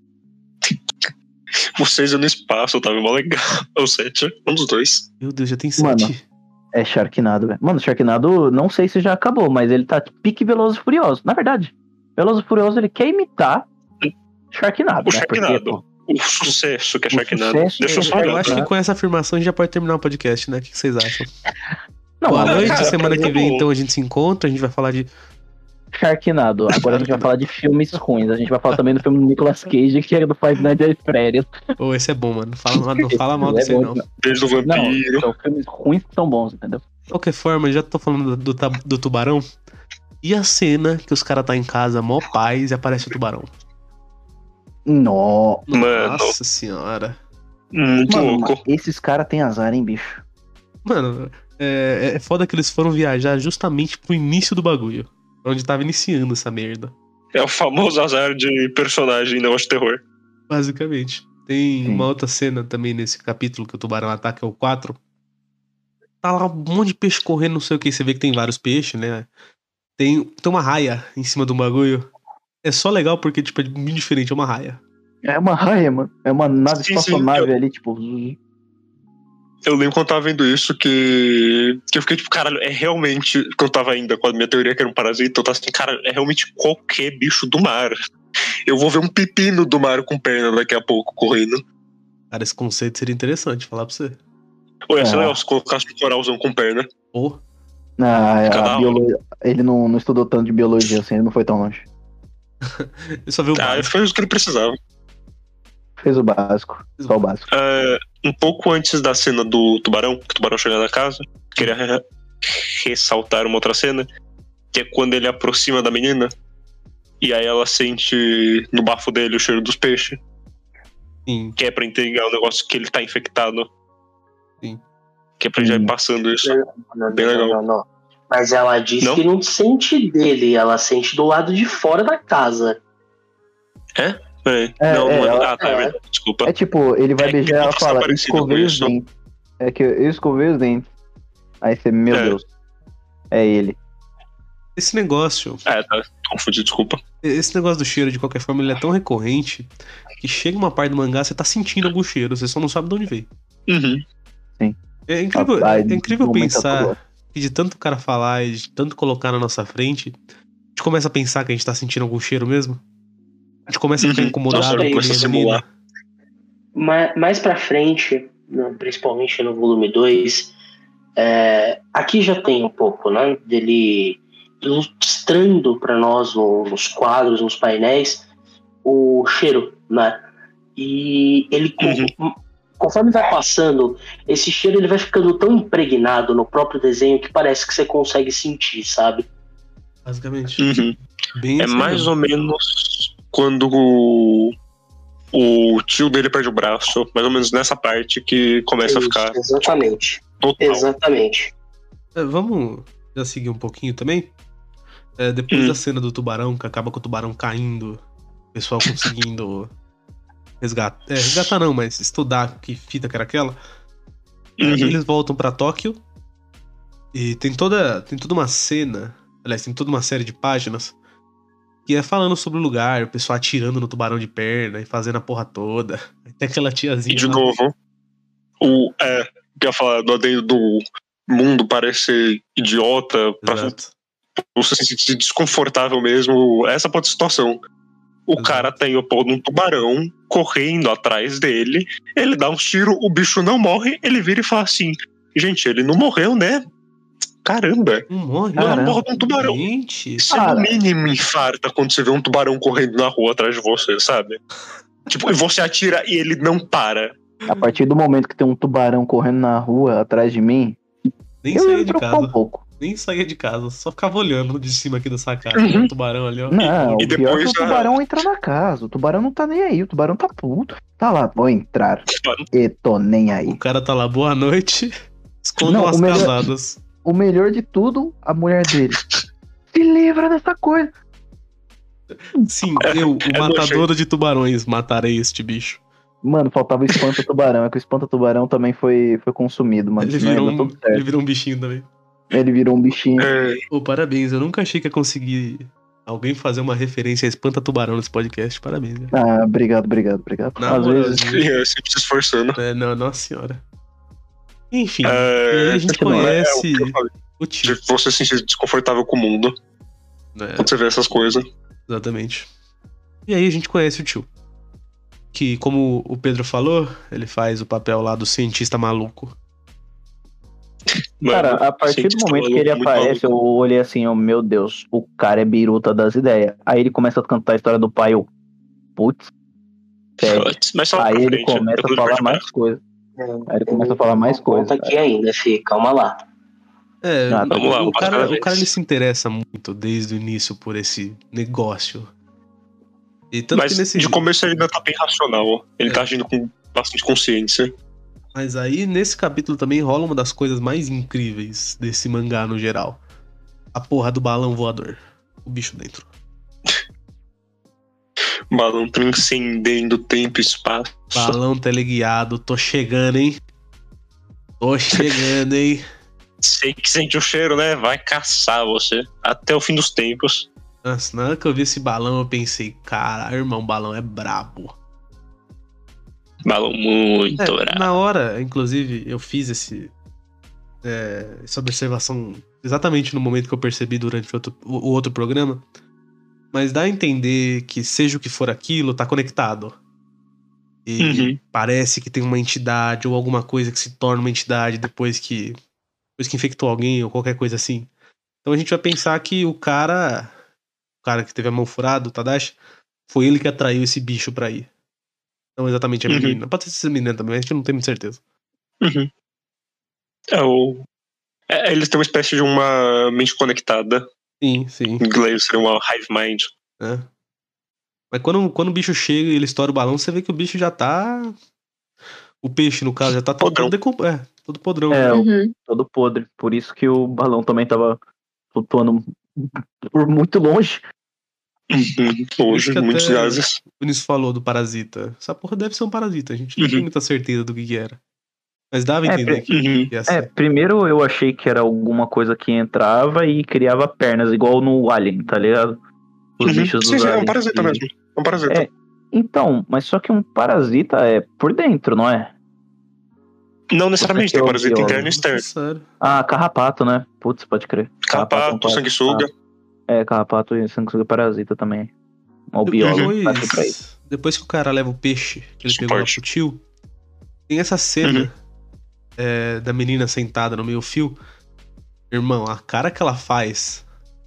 B: Vocês no espaço, tava mó legal. Ou 7, um dos dois.
C: Meu Deus, já tem
F: Mano.
C: 7.
F: É Sharknado, velho. Mano, Sharknado, não sei se já acabou, mas ele tá pique Velozes e Furiosos. Na verdade, Velozes e Furiosos, ele quer imitar Sharknado,
B: O
F: né?
B: Sharknado.
F: Porque, pô,
B: O sucesso que é Sharknado.
F: sucesso
B: Deixa eu
F: é
B: só
C: Eu
B: olhar.
C: acho que com essa afirmação a gente já pode terminar o podcast, né? O que vocês acham?
F: não,
C: Boa
F: agora
C: noite, semana que vem
B: bom.
C: então a gente se encontra, a gente vai falar de...
F: Sharknado. Agora a gente vai falar de filmes ruins. A gente vai falar também do filme do Nicolas Cage, que é do Five Nights at Freddy's.
C: Pô, esse é bom, mano. Não fala mal desse aí, não.
B: Beijo do
F: Não,
B: vampiro.
F: são filmes ruins que são bons, entendeu?
C: De qualquer forma, já tô falando do tubarão. E a cena que os caras tá em casa, mó paz, e aparece o tubarão.
F: Nó.
B: Mano.
C: Nossa senhora.
B: Muito
F: Mano,
B: louco.
F: esses caras têm azar, hein, bicho?
C: Mano, é foda que eles foram viajar justamente pro início do bagulho. Onde tava iniciando essa merda.
B: É o famoso azar de personagem não de terror.
C: Basicamente. Tem
F: Sim.
C: uma outra cena também nesse capítulo que o tubarão ataca, é o 4. Tá lá um monte de peixe correndo, não sei o que. Você vê que tem vários peixes, né? Tem uma raia em cima do bagulho. É só legal porque, tipo, é muito diferente, é uma raia.
F: É uma raia, mano. É uma nave
B: Sim,
F: espaçonave ali, tipo.
B: Eu lembro quando eu tava vendo isso que eu fiquei tipo, caralho, é realmente. Que eu tava ainda com a minha teoria que era um parasita, eu tava assim, cara, é realmente qualquer bicho do mar. Eu vou ver um pepino do mar com perna daqui a pouco correndo.
C: Cara, esse conceito seria interessante, falar pra você.
B: Ou ia ser legal se colocasse um coralzão com perna.
C: Pô,
F: A biologia. Ele não estudou tanto de biologia assim, ele não foi tão longe.
C: eu só vi o básico.
B: Foi isso que ele precisava.
F: Fez o básico. Só o básico.
B: Um pouco antes da cena do tubarão, que o tubarão chega na casa, queria ressaltar uma outra cena, que é quando ele aproxima da menina e aí ela sente no bafo dele o cheiro dos peixes.
C: Sim.
B: Que é pra entregar o negócio que ele tá infectado.
C: Sim.
B: Que é pra já ir passando isso. Bem legal.
D: Não. Mas ela diz
B: Não?
D: que não sente dele, ela sente do lado de fora da casa.
B: Peraí.
F: É,
B: Não, não é.
F: ela-
B: Tá, é verdade. Desculpa.
F: É tipo, ele vai
B: É,
F: beijar e ela
B: que
F: fala,
B: parecido
F: escovei
B: com
F: os
B: isso.
F: dentes. É que eu escovei os dentes. Aí você, meu
B: É.
F: Deus. É ele.
C: Esse negócio.
B: Tá confundido, desculpa.
C: Esse negócio do cheiro, de qualquer forma, ele é tão recorrente que chega uma parte do mangá, você tá sentindo algum cheiro, você só não sabe de onde veio.
B: Uhum.
C: É incrível,
F: Rapaz,
C: é incrível
F: momento
C: pensar
F: atual.
C: que de tanto cara falar e de tanto colocar na nossa frente, a gente começa a pensar que a gente tá sentindo algum cheiro mesmo. A gente começa a ficar
B: Uhum.
C: incomodado
B: Nossa,
C: com
B: começa a
C: a
B: simular.
D: Mais pra frente, principalmente no volume 2, aqui já tem um pouco, né? Dele ilustrando para nós nos quadros, nos painéis, o cheiro, né? E ele, conforme vai passando, esse cheiro ele vai ficando tão impregnado no próprio desenho que parece que você consegue sentir, sabe?
C: Basicamente.
B: Uhum.
C: Bem
B: É
C: assim
B: mais
C: mesmo.
B: ou menos quando o tio dele perde o braço, mais ou menos nessa parte que começa a ficar
D: Exatamente.
B: total.
D: Exatamente.
C: Vamos já seguir um pouquinho também. Depois da cena do tubarão, que acaba com o tubarão caindo, o pessoal conseguindo resgatar não, mas estudar que fita que era aquela. Eles voltam pra Tóquio e tem toda uma cena, aliás, tem toda uma série de páginas que é falando sobre o lugar, o pessoal atirando no tubarão de perna e fazendo a porra toda. Tem aquela tiazinha
B: E de
C: lá.
B: novo, que ia falar do adendo do mundo parecer idiota, pra
C: Exato.
B: você se sentir desconfortável mesmo, essa pode ser a situação. O
C: Exato.
B: cara tem o pau de um tubarão correndo atrás dele, ele dá um tiro, o bicho não morre, ele vira e fala assim: gente, ele não morreu, né? Caramba!
C: Não morre.
B: Não é a porra de um tubarão.
C: Gente.
B: Você no mínimo infarta quando você vê um tubarão correndo na rua atrás de você, sabe? Tipo, e você atira e ele não para.
F: A partir do momento que tem um tubarão correndo na rua atrás de mim,
C: Nem
F: eu ia
C: saía
F: me
C: de
F: preocupar
C: casa.
F: um pouco.
C: Nem saía de casa. Só ficava olhando de cima aqui da sacada. Um tubarão ali, ó.
F: Não,
B: E
F: o pior é
B: depois,
F: que o tubarão entra na casa. O tubarão não tá nem aí, o tubarão tá puto. Tá lá, vou entrar. E tô nem aí.
C: O cara tá lá, boa noite. Escondam
F: Não,
C: as
F: o melhor-
C: casadas.
F: O melhor de tudo, a mulher dele. Se livra dessa coisa.
C: Sim, eu, o matador de tubarões, matarei este bicho.
F: Mano, faltava o espanta-tubarão. É que o espanta-tubarão também foi consumido, mano.
C: Ele
F: Senão ia
C: virou,
F: dar tudo certo.
C: ele virou um bichinho também.
F: Ele virou um bichinho.
C: Pô, parabéns, eu nunca achei que ia conseguir alguém fazer uma referência a espanta-tubarão nesse podcast. Parabéns, né?
F: Ah, obrigado.
C: Na
F: Às vezes.
C: moralzinha.
B: Sempre se esforçando.
C: Não, nossa senhora. Enfim,
B: É,
C: e aí a gente
F: continua.
C: conhece
B: o que eu falei.
C: o tio.
B: De você se sentir desconfortável com o mundo
C: Né?
B: quando você vê essas coisas.
C: Exatamente. E aí a gente conhece o tio. Que, como o Pedro falou, ele faz o papel lá do cientista maluco.
F: Cara, a partir do momento que ele aparece, eu olhei assim, oh, meu Deus, o cara é biruta das ideias. Aí ele começa a cantar a história do pai, eu, putz, sério.
B: Mas só
F: Aí
B: pra
F: ele
B: frente,
F: começa
B: depois
F: a falar
B: ele
F: mais coisas. Aí ele começa a falar mais
D: Conta
F: coisas.
D: aqui ainda, Fih, calma lá.
F: Ah, tá.
B: Vamos lá,
C: o cara
B: vez.
C: ele se interessa muito desde o início por esse negócio. E tanto
B: Mas
C: que nesse...
B: de começo ele ainda tá bem racional. Ele tá agindo com bastante consciência.
C: Mas aí, nesse capítulo também rola uma das coisas mais incríveis desse mangá no geral. A porra do balão voador. O bicho dentro.
B: Balão transcendendo tempo e espaço.
C: Balão teleguiado, tô chegando, hein? Tô chegando, hein?
B: Sei que sente o cheiro, né? Vai caçar você. Até o fim dos tempos.
C: Nossa, na hora que eu vi esse balão, eu pensei, caralho, irmão, o balão é brabo.
B: Balão muito bravo.
C: Na hora, inclusive, eu fiz essa observação exatamente no momento que eu percebi durante o outro programa. Mas dá a entender que seja o que for aquilo, tá conectado. E parece que tem uma entidade ou alguma coisa que se torna uma entidade depois que infectou alguém ou qualquer coisa assim. Então a gente vai pensar que o cara que teve a mão furada, o Tadashi, foi ele que atraiu esse bicho pra ir. Não exatamente a menina. Pode ser essa menina também, a gente não tem muita certeza.
B: Eles têm uma espécie de uma mente conectada.
C: Sim.
B: Em inglês seria uma hive mind.
C: É. Mas quando o bicho chega e ele estoura o balão, você vê que o bicho já tá... O peixe, no caso, já tá todo podrão.
F: Todo podre. Por isso que o balão também tava flutuando por muito longe.
B: Hoje, muitos gases.
C: O Vinícius falou do parasita. Essa porra deve ser um parasita. A gente não tem muita certeza do que era. Mas dava a entender que ia ser.
F: Primeiro eu achei que era alguma coisa que entrava e criava pernas, igual no Alien, tá ligado? Os bichos dos
B: Sim, é um
F: aliens
B: parasita mesmo. É um parasita.
F: Então, mas só que um parasita é por dentro, não é?
B: Não necessariamente, tem parasita interno e externo.
C: Sério.
F: Ah, carrapato, né? Putz, pode crer.
B: Carrapato, sanguessuga.
F: Carrapato e sanguessuga parasita também. O biólogo tá aqui pra isso.
C: Depois que o cara leva o peixe que ele pegou lá pro tio, tem essa cena da menina sentada no meio-fio. Irmão, a cara que ela faz,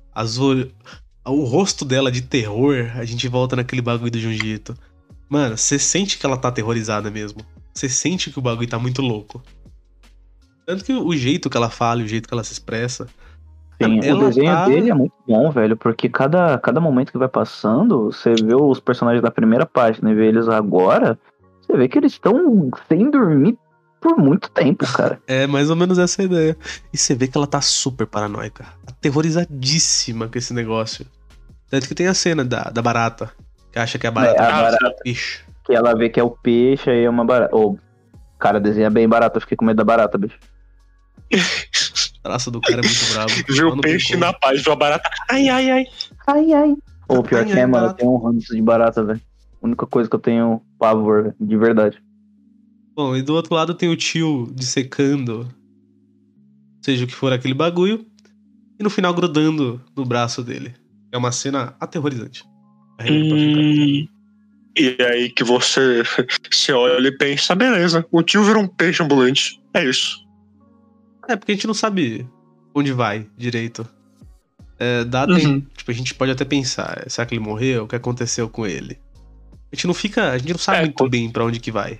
C: o rosto dela de terror, a gente volta naquele bagulho do Junjito. Mano, você sente que ela tá aterrorizada mesmo. Você sente que o bagulho tá muito louco. Tanto que o jeito que ela fala e o jeito que ela se expressa.
F: Sim, o desenho dele é muito bom, velho, porque cada momento que vai passando, você vê os personagens da primeira página e vê eles agora, você vê que eles estão sem dormir por muito tempo, cara.
C: É mais ou menos essa a ideia. E você vê que ela tá super paranoica, aterrorizadíssima com esse negócio. Tanto que tem a cena da barata, que acha que é a barata.
F: É o
C: peixe.
F: Que ela vê que é o peixe, aí é uma barata. Cara, desenha bem barata, eu fiquei com medo da barata, bicho.
C: O traço do cara é muito bravo.
B: Viu o peixe na paz, viu a barata. Ai.
F: Ou pior que mano, eu tenho um ranço de barata, velho. A única coisa que eu tenho pavor, véio, de verdade.
C: Bom, e do outro lado tem o tio dissecando, seja o que for aquele bagulho, e no final grudando no braço dele. É uma cena aterrorizante.
B: E aí que você olha e pensa, beleza, o tio virou um peixe ambulante. É isso.
C: É, porque a gente não sabe onde vai direito. Tipo, a gente pode até pensar, será que ele morreu? O que aconteceu com ele? A gente não sabe muito bem pra onde que vai.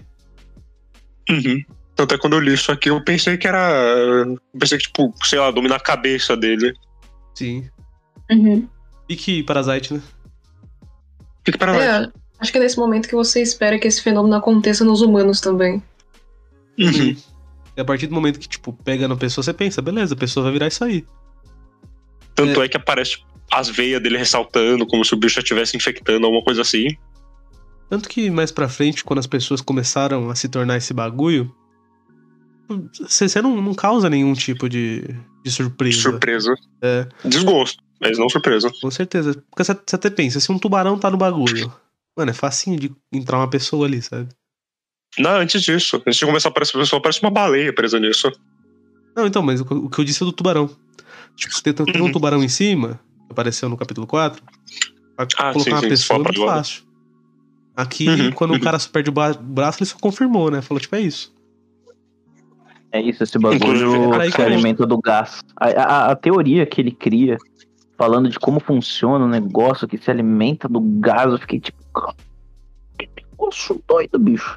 B: Até quando eu li isso aqui, eu pensei que tipo, sei lá, dominar a cabeça dele.
C: Sim. Pique Parasite, né?
B: Pique Parasite.
E: Acho que é nesse momento que você espera que esse fenômeno aconteça nos humanos também.
C: E a partir do momento que, tipo, pega na pessoa, você pensa, beleza, a pessoa vai virar isso aí.
B: Tanto é que aparece as veias dele ressaltando, como se o bicho já estivesse infectando, alguma coisa assim.
C: Tanto que mais pra frente, quando as pessoas começaram a se tornar esse bagulho, você não causa nenhum tipo de surpresa.
B: Surpresa. Desgosto, mas não surpresa.
C: Com certeza. Porque você até pensa, se um tubarão tá no bagulho, mano, é facinho de entrar uma pessoa ali, sabe?
B: Não, antes disso. Antes de começar a aparecer a pessoa, parece uma baleia presa nisso.
C: Não, então, mas o que eu disse é do tubarão. Tipo, se tem um tubarão em cima, que apareceu no capítulo 4, pra colocar uma pessoa é muito fácil. Aqui, quando o cara perde o braço, ele só confirmou, né? Falou, tipo, é isso.
F: É isso, esse bagulho se alimenta do gás. A teoria que ele cria, falando de como funciona o negócio que se alimenta do gás, eu fiquei tipo, que negócio doido, bicho.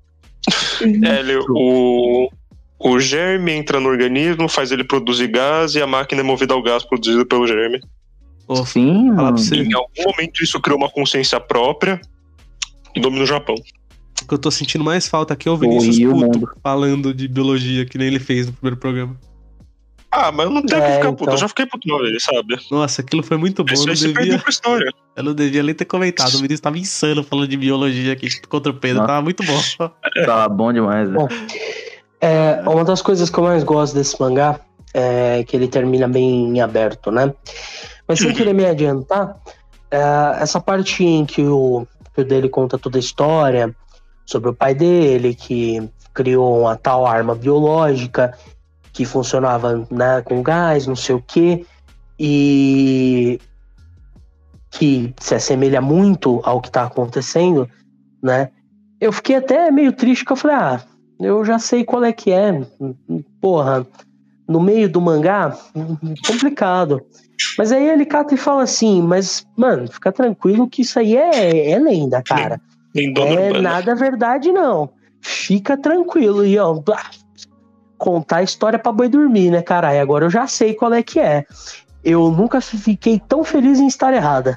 B: O germe entra no organismo, faz ele produzir gás e a máquina é movida ao gás produzido pelo germe.
F: Sim, mano.
B: Em algum momento isso criou uma consciência própria e domina o Japão.
C: O que eu tô sentindo mais falta aqui é o Vinícius Puto falando de biologia, que nem ele fez no primeiro programa.
B: Ah, mas eu não tenho que ficar puto, eu já fiquei puto uma vez, sabe?
C: Nossa, aquilo foi muito bom. Eu não devia nem ter comentado. O Vinícius tava insano falando de biologia aqui contra o Pedro. Tava muito bom.
F: Tava bom demais, né?
D: Bom, uma das coisas que eu mais gosto desse mangá é que ele termina bem em aberto, né? Mas sem querer me adiantar, essa parte em que o dele conta toda a história sobre o pai dele, que criou uma tal arma biológica que funcionava, né, com gás, não sei o quê, e que se assemelha muito ao que tá acontecendo, né? Eu fiquei até meio triste, que eu falei, eu já sei qual é que é. Porra, no meio do mangá, complicado. Mas aí ele cata e fala assim, mas, mano, fica tranquilo que isso aí é lenda, cara. Nada verdade, não. Fica tranquilo. E, ó, contar a história pra boi dormir, né, caralho? Agora eu já sei qual é que é. Eu nunca fiquei tão feliz em estar errada.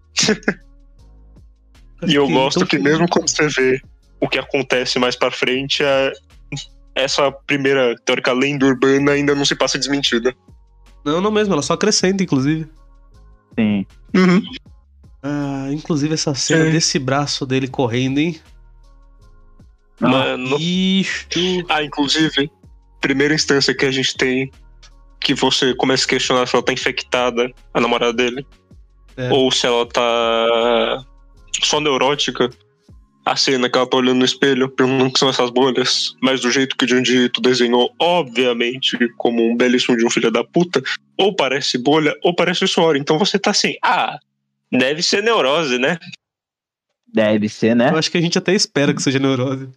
B: E eu gosto que mesmo quando você vê o que acontece mais pra frente, essa primeira teórica lenda urbana ainda não se passa desmentida.
C: Não mesmo, ela só acrescenta, inclusive.
F: Sim.
C: Inclusive essa cena desse braço dele correndo, hein?
B: Mano.
C: Bicho.
B: Inclusive, primeira instância que a gente tem que você começa a questionar se ela tá infectada, a namorada dele, ou se ela tá só neurótica. A cena que ela tá olhando no espelho, perguntando o que são essas bolhas, mas do jeito que o Junji Ito desenhou, obviamente, como um belíssimo de um filho da puta, ou parece bolha, ou parece suor. Então você tá assim, deve ser neurose, né?
F: Deve ser, né?
C: Eu acho que a gente até espera que seja neurose.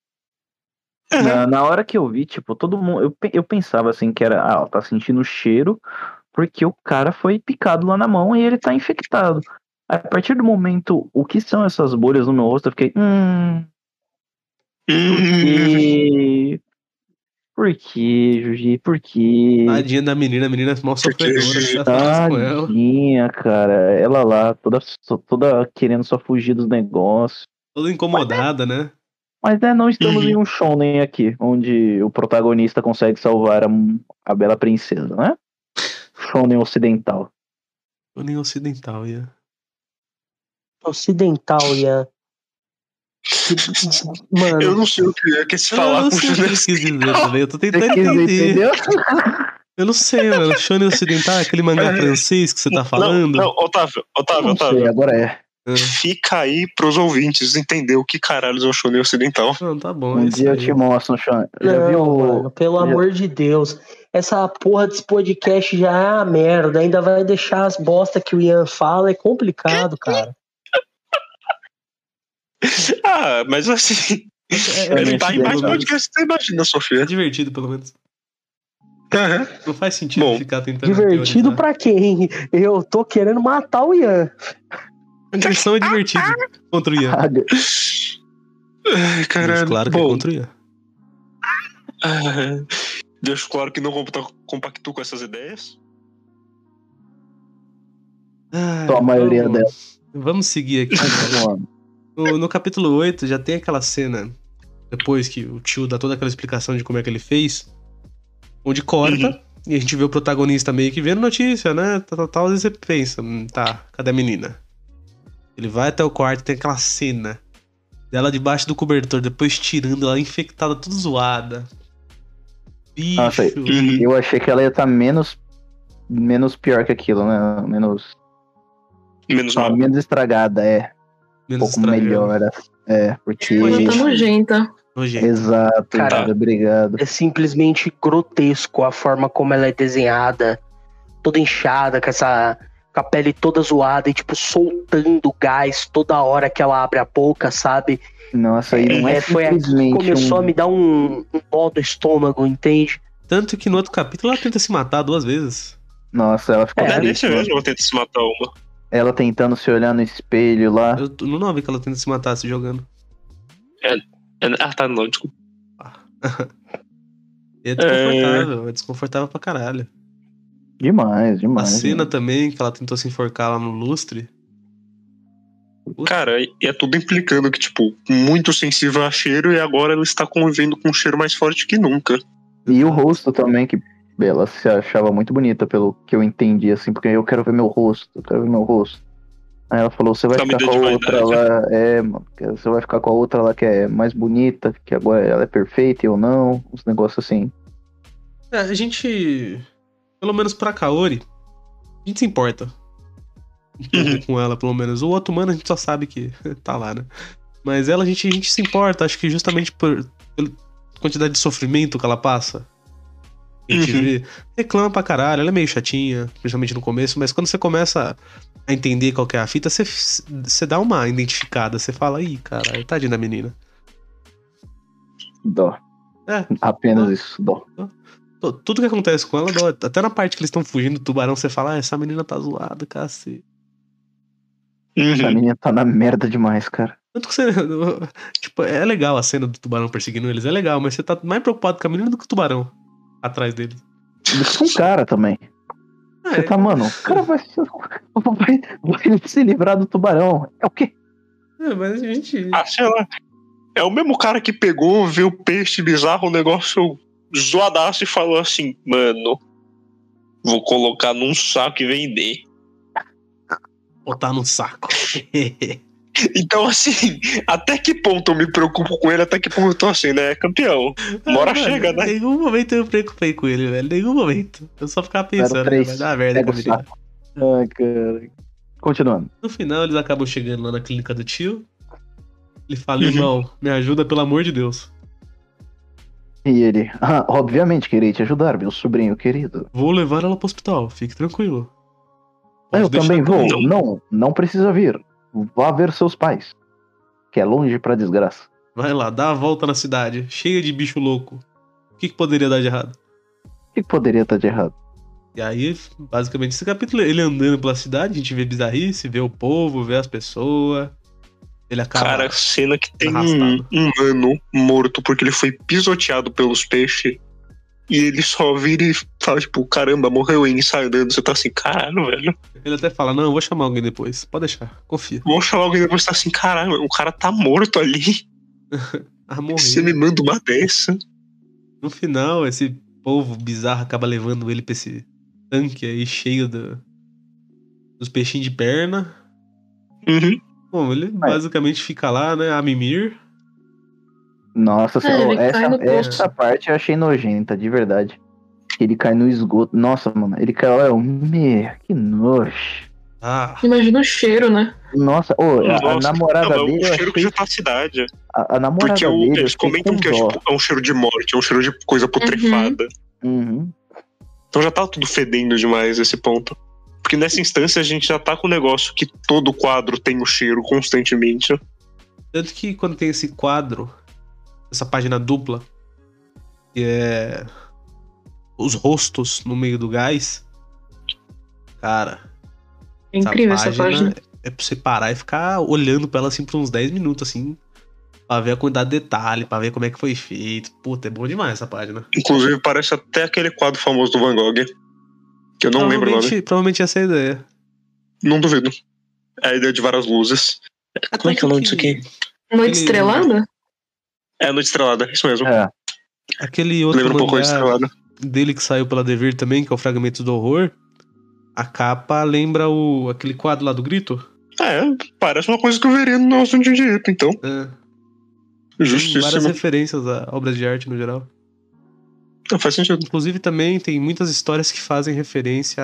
F: Na hora que eu vi, tipo, todo mundo. Eu pensava assim que era. Ela tá sentindo cheiro porque o cara foi picado lá na mão e ele tá infectado. A partir do momento, o que são essas bolhas no meu rosto, eu fiquei. Por quê, Juji? Por quê?
C: Tadinha da menina, a menina é mal sofredora.
F: Tadinha, cara. Ela lá, toda querendo só fugir dos negócios.
C: Toda incomodada, né?
F: Mas não estamos em um shonen aqui, onde o protagonista consegue salvar a bela princesa, né? Shonen ocidental.
C: Shonen ocidental,
D: Ocidental, Mano.
B: Eu não sei o que é que se falar com
C: shonen ocidental. Eu tô tentando entender. Eu não sei, mano. Shonen ocidental é aquele mangá francês que você tá falando?
B: Não, Otávio.
F: Sei, agora é.
B: Fica aí pros ouvintes entender o que caralho é o Shonen ocidental.
C: Não, tá bom.
F: Um dia eu te mostro, Shonen.
D: Mano, pelo amor de Deus. Essa porra desse podcast já é uma merda. Ainda vai deixar as bosta que o Ian fala. É complicado, cara.
B: Mas assim. Ele tá em mais podcast que você imagina, Sofia.
C: É divertido, pelo menos. Não faz sentido ficar tentando.
D: Divertido pra quem? Eu tô querendo matar o Ian.
C: A intenção é divertido contra o Ian.
B: Caralho.
C: Claro que é contra o Ian.
B: Deixo claro que não compacto com essas ideias.
F: Só a maioria delas.
C: Vamos seguir aqui. No capítulo 8 já tem aquela cena, depois que o tio dá toda aquela explicação de como é que ele fez, onde corta e a gente vê o protagonista meio que vendo notícia, né? Tal, e você pensa, cadê a menina? Ele vai até o quarto e tem aquela cena dela debaixo do cobertor, depois tirando ela infectada, tudo zoada. Bicho.
F: Nossa, eu achei que ela ia estar menos pior que aquilo, né? Menos estragada,
C: Menos
F: pouco melhor. Porque...
E: Ela tá nojenta.
F: Exato, cara, obrigado.
D: É simplesmente grotesco a forma como ela é desenhada, toda inchada, com a pele toda zoada e tipo soltando gás toda hora que ela abre a boca, sabe?
F: Nossa, aí não é simplesmente
D: começou a me dar um nó do estômago, entende?
C: Tanto que no outro capítulo ela tenta se matar 2 vezes.
F: Nossa, ela ficou
B: nesse mesmo ela tenta se matar uma.
F: Ela tentando se olhar no espelho lá.
C: Eu não vi que ela tenta se matar se jogando.
B: Tá, não, desculpa.
C: É desconfortável, é desconfortável pra caralho.
F: Demais.
C: A cena também, que ela tentou se enforcar lá no lustre.
B: Cara, e é tudo implicando que, tipo, muito sensível a cheiro e agora ela está convivendo com um cheiro mais forte que nunca.
F: E o rosto também, que ela se achava muito bonita, pelo que eu entendi, assim, porque eu quero ver meu rosto. Aí ela falou, você vai ficar com a outra lá, mano, você vai ficar com a outra lá que é mais bonita, que agora ela é perfeita e eu não, uns negócios assim.
C: A gente, pelo menos pra Kaori, a gente se importa um pouco com ela, pelo menos. O outro mano a gente só sabe que tá lá, né? Mas ela a gente se importa, acho que justamente pela quantidade de sofrimento que ela passa. A gente vê, reclama pra caralho, ela é meio chatinha, principalmente no começo, mas quando você começa a entender qual que é a fita, você dá uma identificada, você fala, ih, caralho, tadinha da menina.
F: Dó. Apenas isso, dó.
C: Tudo que acontece com ela, dó. Até na parte que eles estão fugindo do tubarão, você fala, essa menina tá zoada, cacete.
F: Essa menina tá na merda demais, cara.
C: Tanto que você. Tipo, é legal a cena do tubarão perseguindo eles, é legal, mas você tá mais preocupado com a menina do que o tubarão atrás deles.
F: Com o cara também. Você tá, mano, o cara vai se livrar do tubarão. É o quê?
C: Mas a gente.
B: Sei lá. É o mesmo cara que pegou, viu o peixe bizarro, o negócio zoadaço e falou assim, mano, vou colocar num saco e vender.
C: Botar no saco.
B: Então, assim, até que ponto eu me preocupo com ele, até que ponto eu tô assim, né? Campeão. Bora chega, né?
C: Em nenhum momento eu me preocupei com ele, velho. Em nenhum momento. Eu só ficava pensando, vai dar merda com ele.
F: Ai, cara. Continuando.
C: No final, eles acabam chegando lá na clínica do tio. Ele fala, irmão, me ajuda, pelo amor de Deus.
F: E ele, obviamente queria te ajudar, meu sobrinho querido.
C: Vou levar ela pro hospital, fique tranquilo.
F: Eu também vou. Não precisa vir. Vá ver seus pais. Que é longe pra desgraça.
C: Vai lá, dá a volta na cidade, cheia de bicho louco. O que poderia dar de errado?
F: O que poderia estar de errado?
C: E aí, basicamente, esse capítulo, ele andando pela cidade, a gente vê bizarrice, vê o povo, vê as pessoas. Ele acaba.
B: Cara, cena que tem um humano morto porque ele foi pisoteado pelos peixes. E ele só vira e fala, tipo, caramba, morreu e sai andando. Você tá assim, caralho, velho.
C: Ele até fala, não, eu vou chamar alguém depois. Pode deixar, confia.
B: Vou chamar alguém depois, tá assim, caralho, o cara tá morto ali. Você me manda uma dessa.
C: No final, esse povo bizarro acaba levando ele pra esse tanque aí cheio dos peixinhos de perna. Bom, ele basicamente fica lá, né, a mimir.
F: Nossa, essa parte eu achei nojenta, de verdade. Ele cai no esgoto. Nossa, mano, ele cai lá, que nojo.
E: Imagina o cheiro, né?
F: Nossa, a namorada dele.
B: É um cheiro que já tá na cidade.
F: A namorada
B: porque
F: dele.
B: Eles comentam que é um cheiro de morte, é um cheiro de coisa putrefada. Então já tá tudo fedendo demais esse ponto. Porque nessa instância a gente já tá com o negócio que todo quadro tem o cheiro constantemente.
C: Tanto que quando tem esse quadro, essa página dupla, que é os rostos no meio do gás, cara,
E: é incrível essa página.
C: É pra você parar e ficar olhando pra ela assim por uns 10 minutos, assim, pra ver a quantidade de detalhe, pra ver como é que foi feito. Puta, é bom demais essa página.
B: Inclusive parece até aquele quadro famoso do Van Gogh, que eu não lembro o nome.
C: Provavelmente essa é a ideia.
B: Não duvido. É a ideia de várias luzes. Como é que é o nome disso aqui?
E: Noite Estrelada?
B: É, Noite Estrelada, isso mesmo.
C: Aquele outro
B: lembra um pouco Estrelada
C: dele que saiu pela Devir também, que é o Fragmentos do Horror. A capa lembra aquele quadro lá do Grito.
B: Parece uma coisa que eu veria no nosso direito, então.
C: Justíssimo. Várias referências a obras de arte no geral.
B: Faz sentido.
C: Inclusive também tem muitas histórias que fazem referência